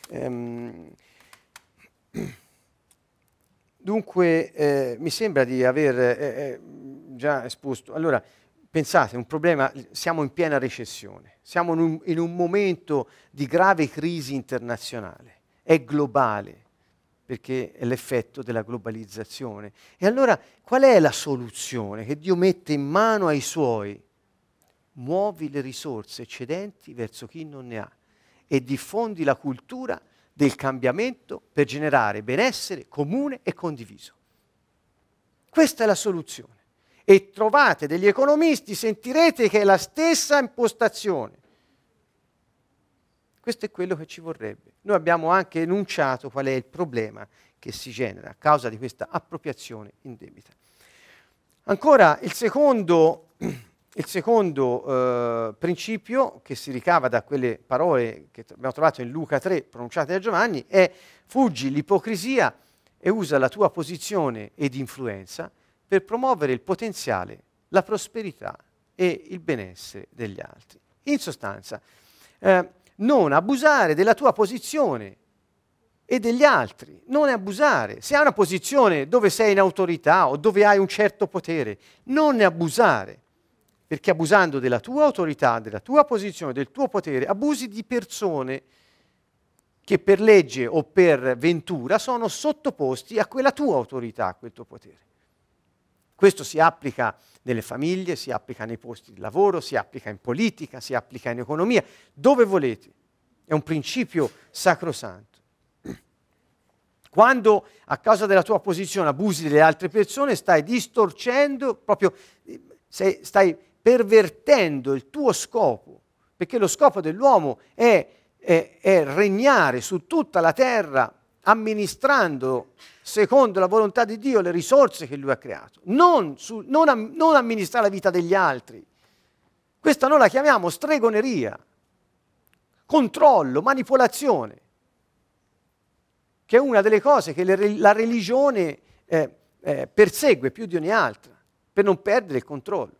Dunque, mi sembra di aver già esposto. Allora, pensate, un problema, siamo in piena recessione, siamo in un momento di grave crisi internazionale, è globale, perché è l'effetto della globalizzazione. E allora, qual è la soluzione che Dio mette in mano ai suoi? Muovi le risorse eccedenti verso chi non ne ha e diffondi la cultura del cambiamento per generare benessere comune e condiviso. Questa è la soluzione. E trovate degli economisti, sentirete che è la stessa impostazione. Questo è quello che ci vorrebbe. Noi abbiamo anche enunciato qual è il problema che si genera a causa di questa appropriazione indebita. Ancora, il secondo principio che si ricava da quelle parole che abbiamo trovato in Luca 3 pronunciate da Giovanni è: fuggi l'ipocrisia e usa la tua posizione ed influenza per promuovere il potenziale, la prosperità e il benessere degli altri. In sostanza, non abusare della tua posizione e degli altri, non abusare. Se hai una posizione dove sei in autorità o dove hai un certo potere, non ne abusare. Perché abusando della tua autorità, della tua posizione, del tuo potere, abusi di persone che per legge o per ventura sono sottoposti a quella tua autorità, a quel tuo potere. Questo si applica nelle famiglie, si applica nei posti di lavoro, si applica in politica, si applica in economia, dove volete. È un principio sacrosanto. Quando a causa della tua posizione abusi delle altre persone, stai distorcendo, proprio stai pervertendo il tuo scopo, perché lo scopo dell'uomo è regnare su tutta la terra amministrando secondo la volontà di Dio le risorse che Lui ha creato, non amministrare la vita degli altri. Questa noi la chiamiamo stregoneria, controllo, manipolazione, che è una delle cose che la religione persegue più di ogni altra, per non perdere il controllo.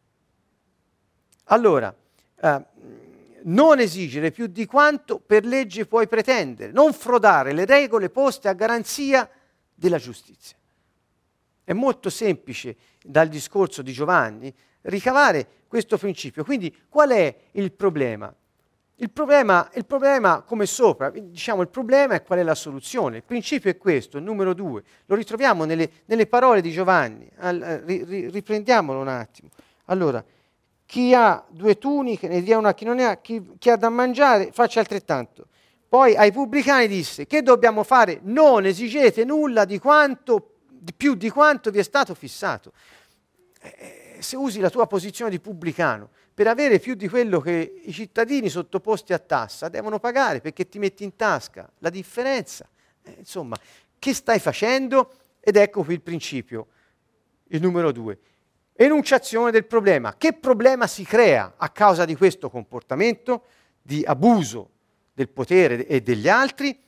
Allora, non esigere più di quanto per legge puoi pretendere, non frodare le regole poste a garanzia della giustizia. È molto semplice dal discorso di Giovanni ricavare questo principio. Quindi qual è il problema? Il problema come sopra, diciamo il problema è qual è la soluzione. Il principio è questo, il numero 2. Lo ritroviamo nelle parole di Giovanni. Riprendiamolo un attimo. Allora, chi ha 2 tuniche ne dia una a chi non ne ha, chi ha da mangiare faccia altrettanto. Poi ai pubblicani disse: che dobbiamo fare? Non esigete nulla di più di quanto vi è stato fissato. Se usi la tua posizione di pubblicano per avere più di quello che i cittadini sottoposti a tassa devono pagare, perché ti metti in tasca la differenza, insomma, che stai facendo? Ed ecco qui il principio, il numero 2. Enunciazione del problema. Che problema si crea a causa di questo comportamento di abuso del potere e degli altri?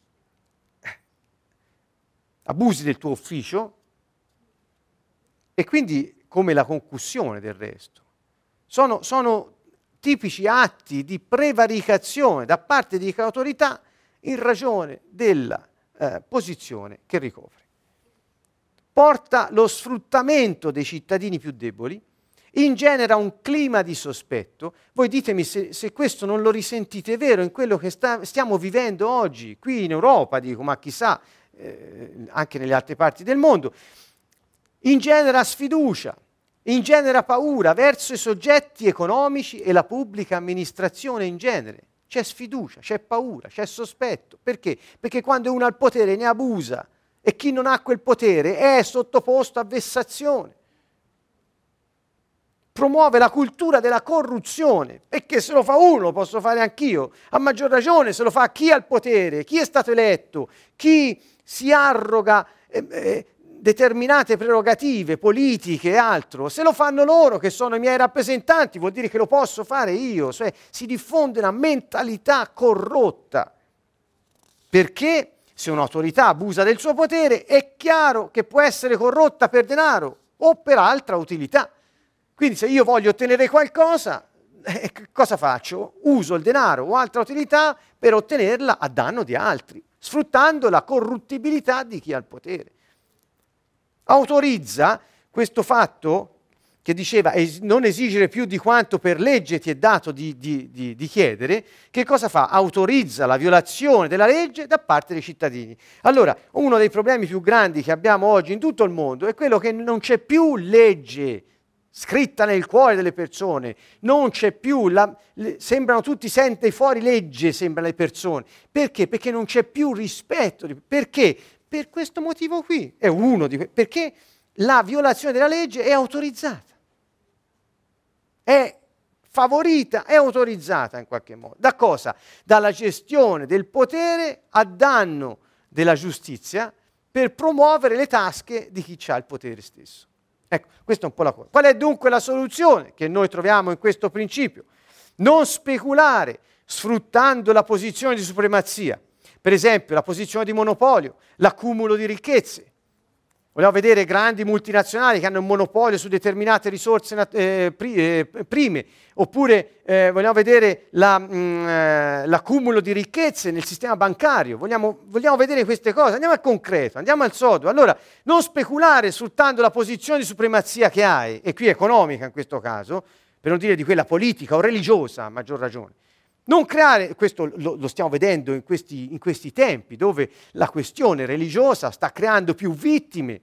Abusi del tuo ufficio e quindi come la concussione del resto. Sono tipici atti di prevaricazione da parte di autorità in ragione della posizione che ricopre. Porta lo sfruttamento dei cittadini più deboli ingenera un clima di sospetto. Voi ditemi se questo non lo risentite vero in quello che stiamo vivendo oggi, qui in Europa, dico, ma chissà, anche nelle altre parti del mondo. Ingenera sfiducia, ingenera paura verso i soggetti economici e la pubblica amministrazione in genere. C'è sfiducia, c'è paura, c'è sospetto. Perché? Perché quando uno ha il potere ne abusa e chi non ha quel potere è sottoposto a vessazione. Promuove la cultura della corruzione, perché se lo fa uno lo posso fare anch'io, a maggior ragione se lo fa chi ha il potere, chi è stato eletto, chi si arroga determinate prerogative politiche e altro. Se lo fanno loro che sono i miei rappresentanti vuol dire che lo posso fare io, cioè si diffonde una mentalità corrotta, perché se un'autorità abusa del suo potere è chiaro che può essere corrotta per denaro o per altra utilità. Quindi se io voglio ottenere qualcosa, cosa faccio? Uso il denaro o altra utilità per ottenerla a danno di altri, sfruttando la corruttibilità di chi ha il potere. Autorizza questo fatto che diceva non esigere più di quanto per legge ti è dato di chiedere. Che cosa fa? Autorizza la violazione della legge da parte dei cittadini. Allora, uno dei problemi più grandi che abbiamo oggi in tutto il mondo è quello che non c'è più legge scritta nel cuore delle persone, non c'è più, sembrano tutti sente fuori legge, sembrano le persone. Perché? Perché non c'è più rispetto. Perché? Per questo motivo qui, è uno di perché la violazione della legge è autorizzata, è favorita, è autorizzata in qualche modo. Da cosa? Dalla gestione del potere a danno della giustizia per promuovere le tasche di chi ha il potere stesso. Ecco, questa è un po' la cosa. Qual è dunque la soluzione che noi troviamo in questo principio? Non speculare sfruttando la posizione di supremazia, per esempio la posizione di monopolio, l'accumulo di ricchezze. Vogliamo vedere grandi multinazionali che hanno un monopolio su determinate risorse prime, oppure vogliamo vedere l'accumulo di ricchezze nel sistema bancario. Vogliamo vedere queste cose. Andiamo al concreto, andiamo al sodo. Allora, non speculare sfruttando la posizione di supremazia che hai, e qui economica in questo caso, per non dire di quella politica o religiosa, a maggior ragione. Non creare, questo lo stiamo vedendo in questi tempi, dove la questione religiosa sta creando più vittime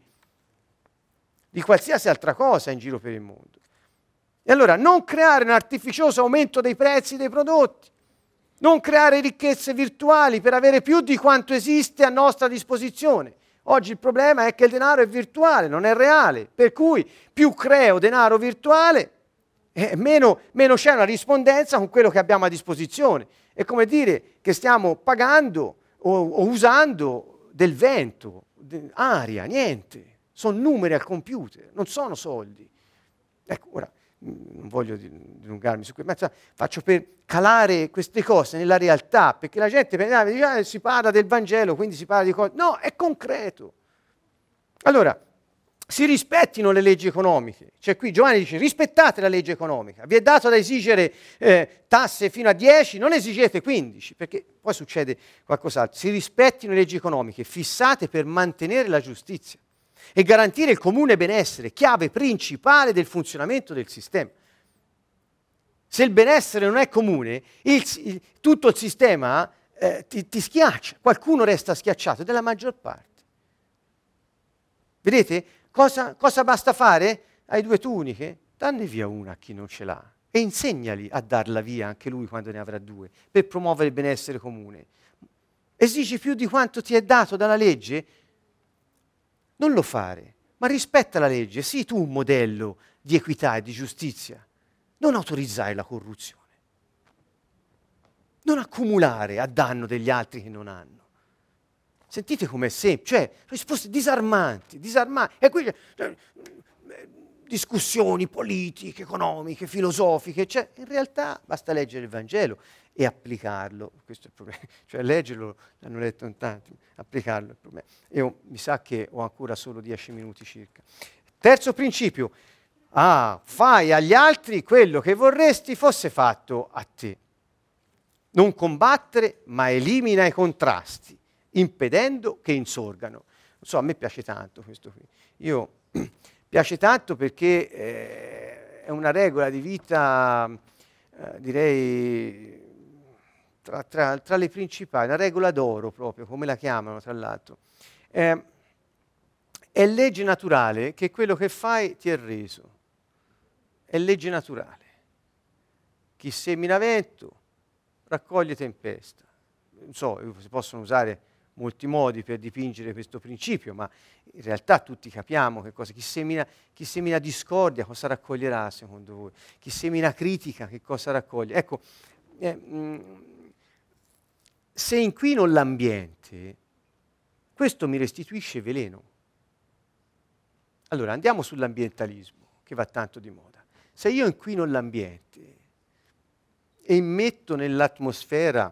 di qualsiasi altra cosa in giro per il mondo. E allora non creare un artificioso aumento dei prezzi dei prodotti, non creare ricchezze virtuali per avere più di quanto esiste a nostra disposizione. Oggi il problema è che il denaro è virtuale, non è reale, per cui più creo denaro virtuale, meno c'è una rispondenza con quello che abbiamo a disposizione. È come dire che stiamo pagando o usando del vento, aria, niente. Sono numeri al computer, non sono soldi. Ecco, ora, non voglio dilungarmi su questo, ma faccio per calare queste cose nella realtà, perché la gente dice, si parla del Vangelo, quindi si parla di cose. No, è concreto. Allora, si rispettino le leggi economiche. Cioè qui Giovanni dice, rispettate la legge economica. Vi è dato da esigere tasse fino a 10, non esigete 15, perché poi succede qualcos'altro. Si rispettino le leggi economiche fissate per mantenere la giustizia e garantire il comune benessere, chiave principale del funzionamento del sistema. Se il benessere non è comune, tutto il sistema ti schiaccia, qualcuno resta schiacciato, ed è la maggior parte. Vedete? Cosa basta fare? Hai 2 tuniche? Danne via una a chi non ce l'ha e insegnali a darla via anche lui quando ne avrà 2, per promuovere il benessere comune. Esigi più di quanto ti è dato dalla legge? Non lo fare, ma rispetta la legge, sii tu un modello di equità e di giustizia. Non autorizzare la corruzione. Non accumulare a danno degli altri che non hanno. Sentite com'è semplice, cioè risposte disarmanti. E qui discussioni politiche, economiche, filosofiche, cioè in realtà basta leggere il Vangelo e applicarlo, questo è il problema, cioè leggerlo, l'hanno letto in tanti, applicarlo è il problema. Io mi sa che ho ancora solo 10 minuti circa. Terzo principio, fai agli altri quello che vorresti fosse fatto a te. Non combattere, ma elimina i contrasti, impedendo che insorgano. Non so, a me piace tanto questo qui. Piace tanto perché è una regola di vita, direi, tra le principali, una regola d'oro proprio, come la chiamano tra l'altro. È legge naturale che quello che fai ti è reso. È legge naturale. Chi semina vento raccoglie tempesta. Non so, si possono usare molti modi per dipingere questo principio, ma in realtà tutti capiamo che cosa. Chi semina discordia cosa raccoglierà secondo voi? Chi semina critica che cosa raccoglie? Ecco, se inquino l'ambiente, questo mi restituisce veleno. Allora, andiamo sull'ambientalismo, che va tanto di moda. Se io inquino l'ambiente e immetto nell'atmosfera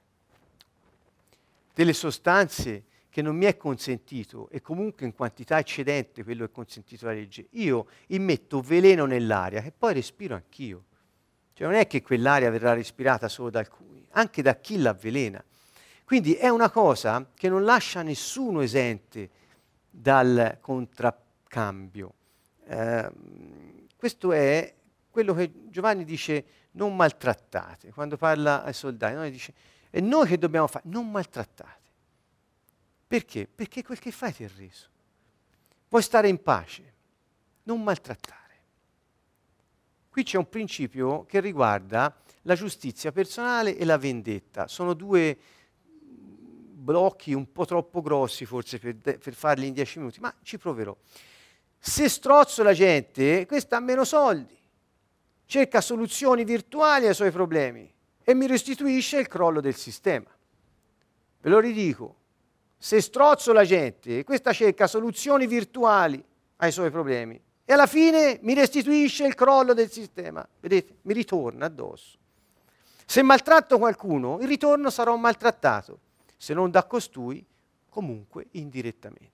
delle sostanze che non mi è consentito, e comunque in quantità eccedente quello che è consentito dalla legge, io immetto veleno nell'aria che poi respiro anch'io. Cioè non è che quell'aria verrà respirata solo da alcuni, anche da chi l'avvelena. Quindi è una cosa che non lascia nessuno esente dal contraccambio. Questo è quello che Giovanni dice: non maltrattate. Quando parla ai soldati, no? Dice: e noi che dobbiamo fare? Non maltrattate. Perché? Perché quel che fai ti è reso. Puoi stare in pace, non maltrattare. Qui c'è un principio che riguarda la giustizia personale e la vendetta. Sono due blocchi un po' troppo grossi forse per farli in 10 minuti, ma ci proverò. Se strozzo la gente, questa ha meno soldi, cerca soluzioni virtuali ai suoi problemi e mi restituisce il crollo del sistema. Ve lo ridico, se strozzo la gente, questa cerca soluzioni virtuali ai suoi problemi e alla fine mi restituisce il crollo del sistema. Vedete? Mi ritorna addosso. Se maltratto qualcuno, il ritorno sarò maltrattato, se non da costui, comunque indirettamente.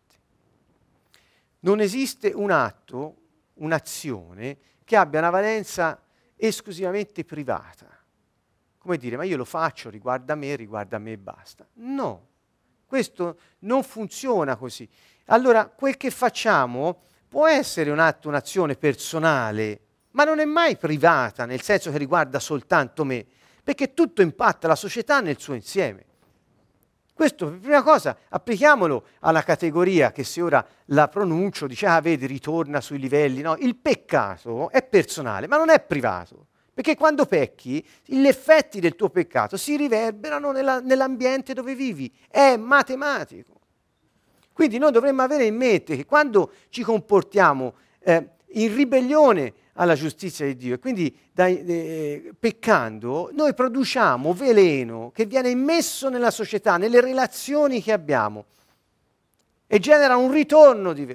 Non esiste un atto, un'azione che abbia una valenza esclusivamente privata. Come dire, ma io lo faccio, riguarda me e basta. No, questo non funziona così. Allora, quel che facciamo può essere un atto, un'azione personale, ma non è mai privata, nel senso che riguarda soltanto me, perché tutto impatta la società nel suo insieme. Questo, per prima cosa, applichiamolo alla categoria che se ora la pronuncio, dice, vedi, ritorna sui livelli. No, il peccato è personale, ma non è privato. Perché quando pecchi, gli effetti del tuo peccato si riverberano nell'ambiente dove vivi. È matematico. Quindi noi dovremmo avere in mente che quando ci comportiamo in ribellione alla giustizia di Dio e quindi peccando, noi produciamo veleno che viene immesso nella società, nelle relazioni che abbiamo e genera un ritorno di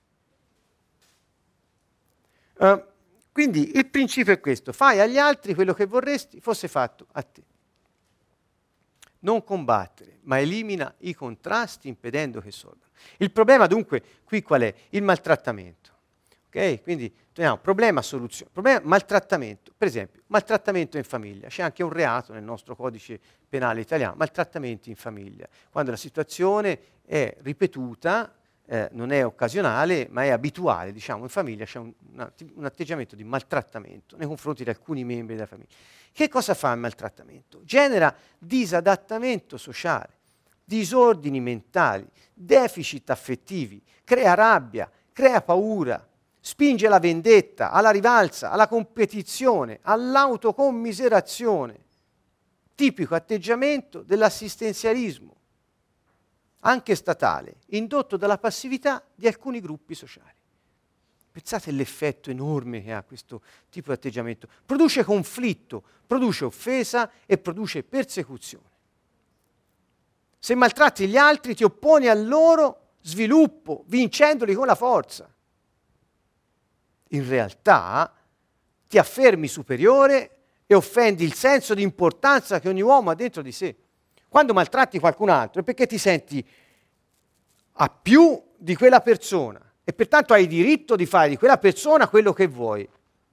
veleno. Quindi il principio è questo: fai agli altri quello che vorresti fosse fatto a te. Non combattere, ma elimina i contrasti impedendo che sorgano. Il problema dunque qui qual è? Il maltrattamento. Ok? Quindi teniamo problema, soluzione. Problema, maltrattamento. Per esempio, maltrattamento in famiglia. C'è anche un reato nel nostro codice penale italiano, maltrattamenti in famiglia. Quando la situazione è ripetuta, non è occasionale, ma è abituale, diciamo, in famiglia c'è un atteggiamento di maltrattamento nei confronti di alcuni membri della famiglia. Che cosa fa il maltrattamento? Genera disadattamento sociale, disordini mentali, deficit affettivi, crea rabbia, crea paura, spinge alla vendetta, alla rivalsa, alla competizione, all'autocommiserazione. Tipico atteggiamento dell'assistenzialismo, anche statale, indotto dalla passività di alcuni gruppi sociali. Pensate all'effetto enorme che ha questo tipo di atteggiamento. Produce conflitto, produce offesa e produce persecuzione. Se maltratti gli altri ti opponi al loro sviluppo, vincendoli con la forza. In realtà ti affermi superiore e offendi il senso di importanza che ogni uomo ha dentro di sé. Quando maltratti qualcun altro è perché ti senti a più di quella persona e pertanto hai diritto di fare di quella persona quello che vuoi.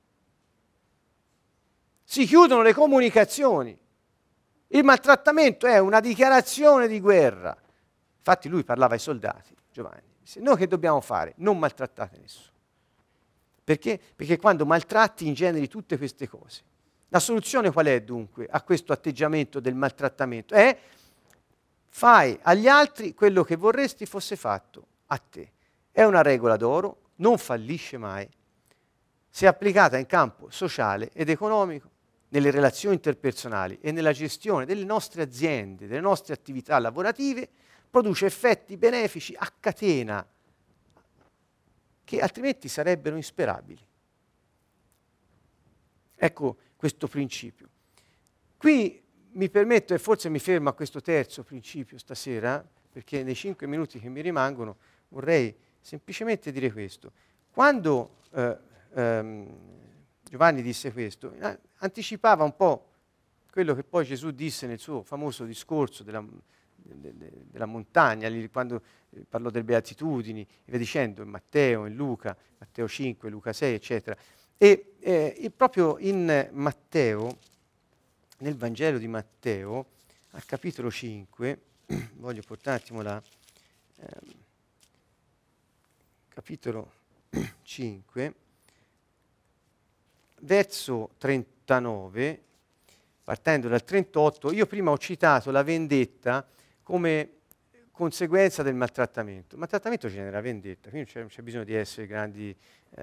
Si chiudono le comunicazioni. Il maltrattamento è una dichiarazione di guerra. Infatti lui parlava ai soldati, Giovanni. Disse, noi che dobbiamo fare? Non maltrattate nessuno. Perché? Perché quando maltratti ingeneri tutte queste cose. La soluzione qual è dunque a questo atteggiamento del maltrattamento? È fai agli altri quello che vorresti fosse fatto a te. È una regola d'oro, non fallisce mai, se applicata in campo sociale ed economico, nelle relazioni interpersonali e nella gestione delle nostre aziende, delle nostre attività lavorative, produce effetti benefici a catena che altrimenti sarebbero insperabili. Ecco questo principio. Qui mi permetto, e forse mi fermo a questo terzo principio stasera, perché nei 5 minuti che mi rimangono vorrei semplicemente dire questo. Quando Giovanni disse questo, anticipava un po' quello che poi Gesù disse nel suo famoso discorso della montagna, quando parlò delle beatitudini, e via dicendo, in Matteo, in Luca, Matteo 5, Luca 6, eccetera. E proprio in Matteo, nel Vangelo di Matteo, al capitolo 5, voglio portare un attimo là, capitolo 5, verso 39, partendo dal 38, io prima ho citato la vendetta come conseguenza del maltrattamento. Il maltrattamento genera vendetta, quindi non c'è bisogno di essere grandi,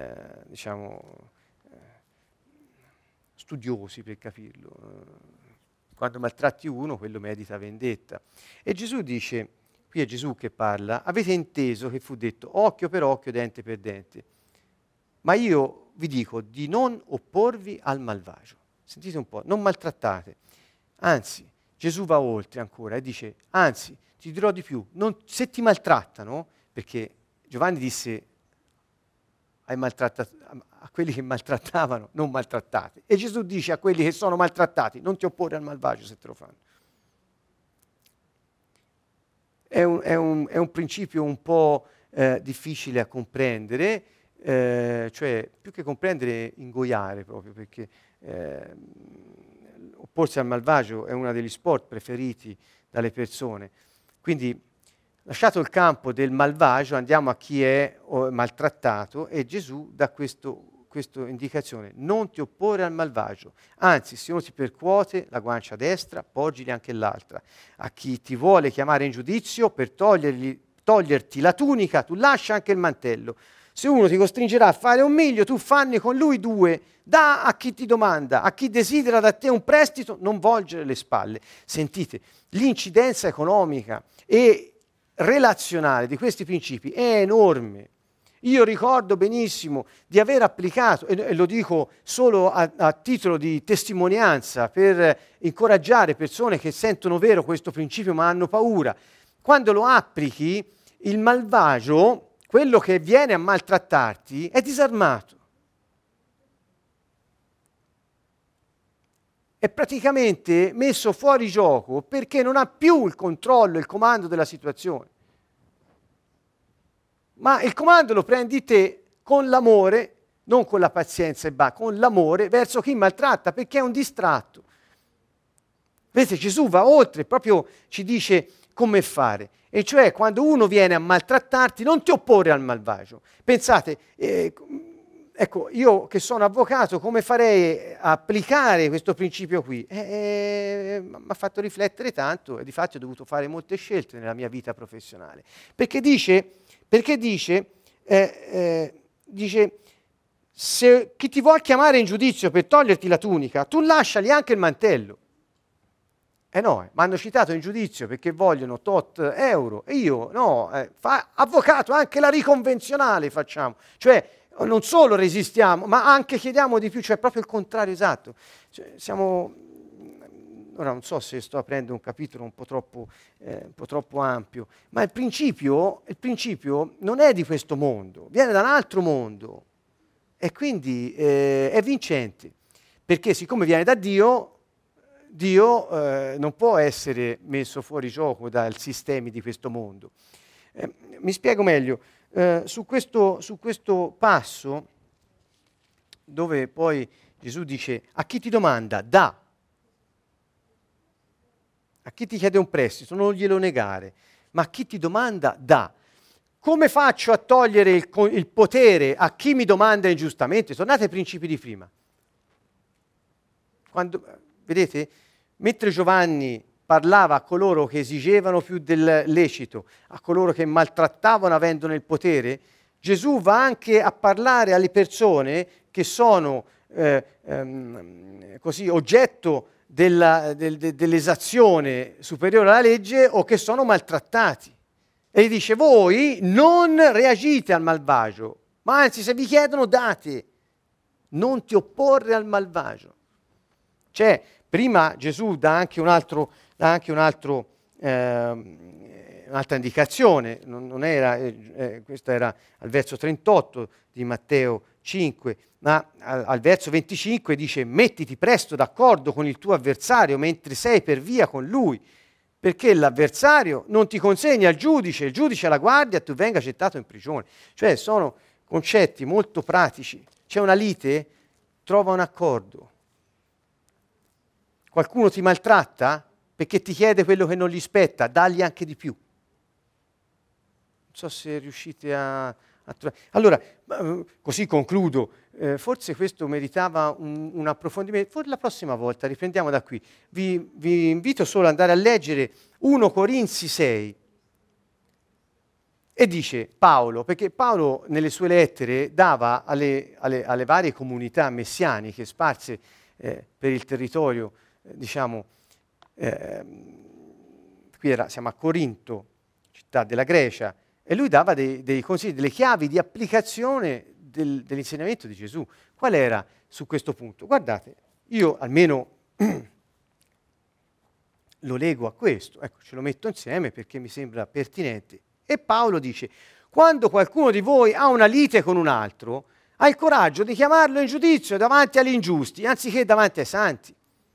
studiosi per capirlo. Quando maltratti uno, quello medita vendetta. E Gesù dice, qui è Gesù che parla, avete inteso che fu detto occhio per occhio, dente per dente. Ma io vi dico di non opporvi al malvagio. Sentite un po', non maltrattate. Anzi, Gesù va oltre ancora e dice, anzi, ti dirò di più, se ti maltrattano, perché Giovanni disse a quelli che maltrattavano, non maltrattate. E Gesù dice a quelli che sono maltrattati, non ti opporre al malvagio se te lo fanno. È un principio un po' difficile a comprendere, cioè più che comprendere, ingoiare proprio, perché opporsi al malvagio è uno degli sport preferiti dalle persone. Quindi, lasciato il campo del malvagio, andiamo a chi è maltrattato e Gesù dà questa indicazione: non ti opporre al malvagio, anzi se uno ti percuote la guancia destra, poggili anche l'altra. A chi ti vuole chiamare in giudizio per toglierti la tunica, tu lascia anche il mantello. Se uno ti costringerà a fare 1 miglio, tu fanne con lui 2. Da a chi ti domanda, a chi desidera da te un prestito, non volgere le spalle. Sentite, l'incidenza economica e relazionale di questi principi è enorme. Io ricordo benissimo di aver applicato, e lo dico solo a titolo di testimonianza, per incoraggiare persone che sentono vero questo principio ma hanno paura. Quando lo applichi, il malvagio, quello che viene a maltrattarti, è disarmato. È praticamente messo fuori gioco perché non ha più il controllo, il comando della situazione. Ma il comando lo prendi te con l'amore, non con la pazienza e basta, con l'amore verso chi maltratta, perché è un distratto. Vedete, Gesù va oltre, proprio ci dice come fare. E cioè, quando uno viene a maltrattarti, non ti opporre al malvagio. Pensate, ecco, io che sono avvocato, come farei a applicare questo principio qui? Mi ha fatto riflettere tanto e di fatto ho dovuto fare molte scelte nella mia vita professionale. Perché dice, se chi ti vuol chiamare in giudizio per toglierti la tunica, tu lasciali anche il mantello. No, mi hanno citato in giudizio perché vogliono tot euro e io no, avvocato, anche la riconvenzionale facciamo, cioè non solo resistiamo ma anche chiediamo di più, cioè proprio il contrario esatto. Cioè, ora non so se sto aprendo un capitolo un po' troppo ampio, ma il principio non è di questo mondo, viene da un altro mondo e quindi è vincente, perché siccome viene da Dio non può essere messo fuori gioco dai sistemi di questo mondo. Mi spiego meglio. Su questo passo, dove poi Gesù dice a chi ti domanda, dà. A chi ti chiede un prestito, non glielo negare, ma a chi ti domanda, dà. come faccio a togliere il potere a chi mi domanda ingiustamente? Tornate ai principi di prima. Vedete, mentre Giovanni parlava a coloro che esigevano più del lecito, a coloro che maltrattavano avendone il potere, Gesù va anche a parlare alle persone che sono così oggetto dell'esazione superiore alla legge o che sono maltrattati. E gli dice: voi non reagite al malvagio, ma anzi se vi chiedono date, non ti opporre al malvagio. Cioè, prima Gesù dà anche un'altra indicazione, non era, questo era al verso 38 di Matteo 5, ma al verso 25 dice: mettiti presto d'accordo con il tuo avversario mentre sei per via con lui, perché l'avversario non ti consegna al giudice, il giudice alla guardia e tu venga gettato in prigione. Cioè sono concetti molto pratici. C'è una lite, trova un accordo. Qualcuno ti maltratta perché ti chiede quello che non gli spetta, dagli anche di più. Non so se riuscite a trovare. Allora, così concludo. Forse questo meritava un approfondimento. Forse la prossima volta riprendiamo da qui. Vi invito solo ad andare a leggere 1 Corinzi 6. E dice Paolo, perché Paolo nelle sue lettere dava alle varie comunità messianiche sparse per il territorio, diciamo, siamo a Corinto, città della Grecia, e lui dava dei consigli, delle chiavi di applicazione dell'insegnamento di Gesù. Qual era su questo punto? Guardate, io almeno lo leggo a questo, ecco, ce lo metto insieme perché mi sembra pertinente. E Paolo dice: quando qualcuno di voi ha una lite con un altro, ha il coraggio di chiamarlo in giudizio davanti agli ingiusti, anziché davanti ai santi.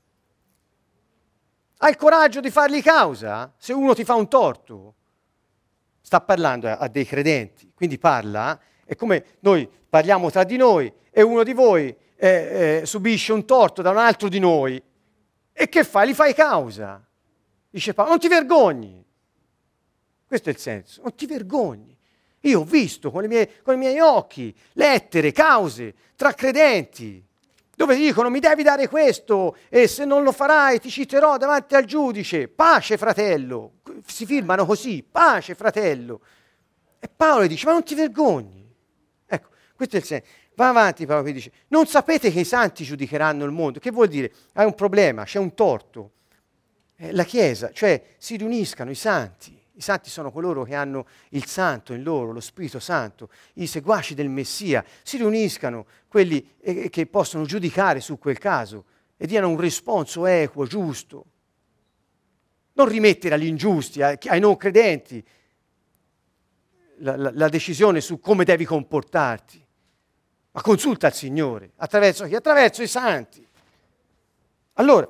Ha il coraggio di fargli causa se uno ti fa un torto. Sta parlando a dei credenti, quindi parla, è come noi parliamo tra di noi e uno di voi subisce un torto da un altro di noi. E che fai? Gli fai causa. Dice Paolo: non ti vergogni. Questo è il senso, non ti vergogni. Io ho visto con i miei occhi lettere, cause tra credenti, dove dicono: mi devi dare questo e se non lo farai ti citerò davanti al giudice. Pace, fratello. Si firmano così, pace, fratello. E Paolo dice: ma non ti vergogni? Ecco, questo è il senso. Va avanti Paolo che dice: non sapete che i santi giudicheranno il mondo? Che vuol dire? Hai un problema, c'è un torto. La Chiesa, cioè si riuniscano i santi. I santi sono coloro che hanno il Santo in loro, lo Spirito Santo, i seguaci del Messia. Si riuniscano quelli che possono giudicare su quel caso e diano un responso equo, giusto. Non rimettere agli ingiusti, ai non credenti, la decisione su come devi comportarti. Ma consulta il Signore. Attraverso chi? Attraverso i santi. Allora,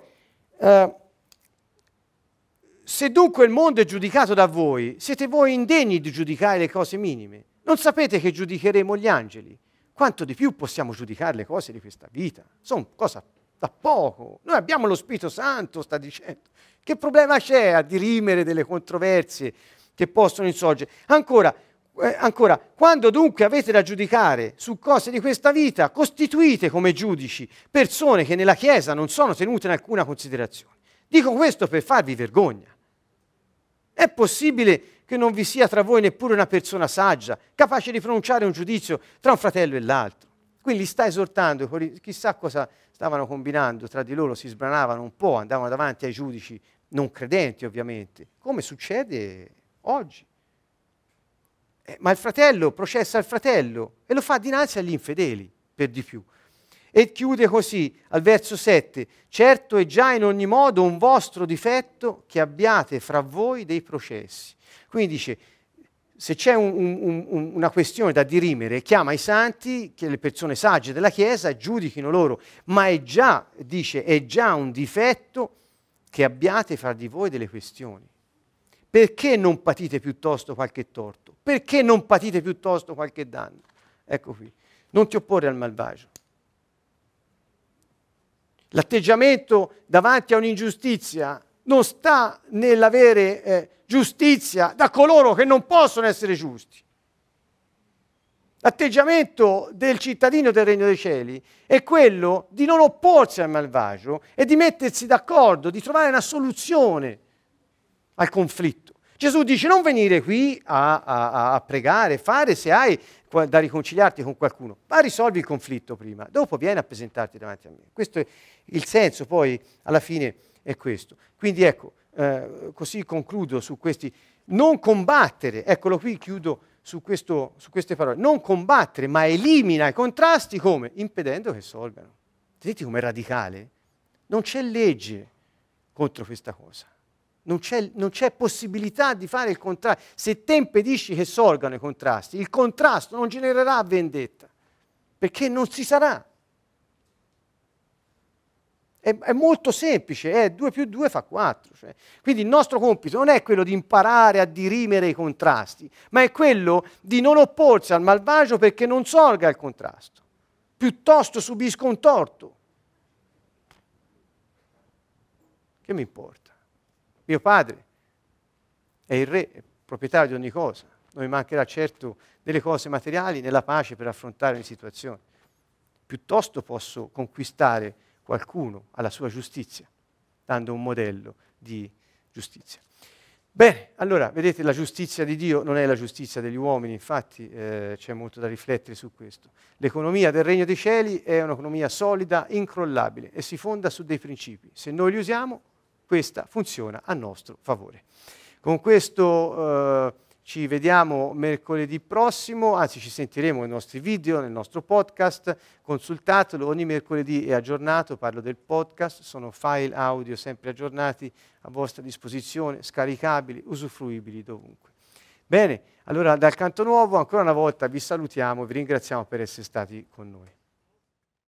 se dunque il mondo è giudicato da voi, siete voi indegni di giudicare le cose minime. Non sapete che giudicheremo gli angeli? Quanto di più possiamo giudicare le cose di questa vita? Sono cose da poco. Noi abbiamo lo Spirito Santo, sta dicendo. Che problema c'è a dirimere delle controversie che possono insorgere? Ancora, quando dunque avete da giudicare su cose di questa vita, costituite come giudici persone che nella Chiesa non sono tenute in alcuna considerazione. Dico questo per farvi vergogna. È possibile che non vi sia tra voi neppure una persona saggia, capace di pronunciare un giudizio tra un fratello e l'altro? Quindi li sta esortando, chissà cosa stavano combinando tra di loro, si sbranavano un po', andavano davanti ai giudici non credenti ovviamente, come succede oggi. Ma il fratello processa il fratello e lo fa dinanzi agli infedeli, per di più. E chiude così, al verso 7, certo è già in ogni modo un vostro difetto che abbiate fra voi dei processi. Quindi dice, se c'è una questione da dirimere, chiama i santi, che le persone sagge della Chiesa, giudichino loro, ma è già un difetto che abbiate fra di voi delle questioni. Perché non patite piuttosto qualche torto? Perché non patite piuttosto qualche danno? Ecco qui, non ti opporre al malvagio. L'atteggiamento davanti a un'ingiustizia non sta nell'avere giustizia da coloro che non possono essere giusti. L'atteggiamento del cittadino del Regno dei Cieli è quello di non opporsi al malvagio e di mettersi d'accordo, di trovare una soluzione al conflitto. Gesù dice non venire qui a pregare, fare se hai da riconciliarti con qualcuno, ma risolvi il conflitto prima, dopo vieni a presentarti davanti a me. Questo è il senso, poi alla fine è questo. Quindi ecco, così concludo su questi. Non combattere, eccolo qui, chiudo su queste parole, non combattere, ma elimina i contrasti come? Impedendo che sorgano. Vedete com'è radicale? Non c'è legge contro questa cosa. Non c'è possibilità di fare il contrario. Se te impedisci che sorgano i contrasti, il contrasto non genererà vendetta, perché non si sarà. È molto semplice, 2 più 2 fa 4. Cioè. Quindi il nostro compito non è quello di imparare a dirimere i contrasti, ma è quello di non opporsi al malvagio perché non sorga il contrasto. Piuttosto subisco un torto. Che mi importa? Mio padre è il re, è proprietario di ogni cosa. Non mi mancherà certo delle cose materiali nella pace per affrontare ogni situazione. Piuttosto posso conquistare qualcuno alla sua giustizia, dando un modello di giustizia. Bene, allora, vedete, la giustizia di Dio non è la giustizia degli uomini, infatti c'è molto da riflettere su questo. L'economia del Regno dei Cieli è un'economia solida, incrollabile e si fonda su dei principi. Se noi li usiamo, questa funziona a nostro favore. Con questo ci vediamo mercoledì prossimo, anzi ci sentiremo nei nostri video, nel nostro podcast, consultatelo, ogni mercoledì è aggiornato, parlo del podcast, sono file audio sempre aggiornati a vostra disposizione, scaricabili, usufruibili dovunque. Bene, allora dal Canto Nuovo ancora una volta vi salutiamo e vi ringraziamo per essere stati con noi.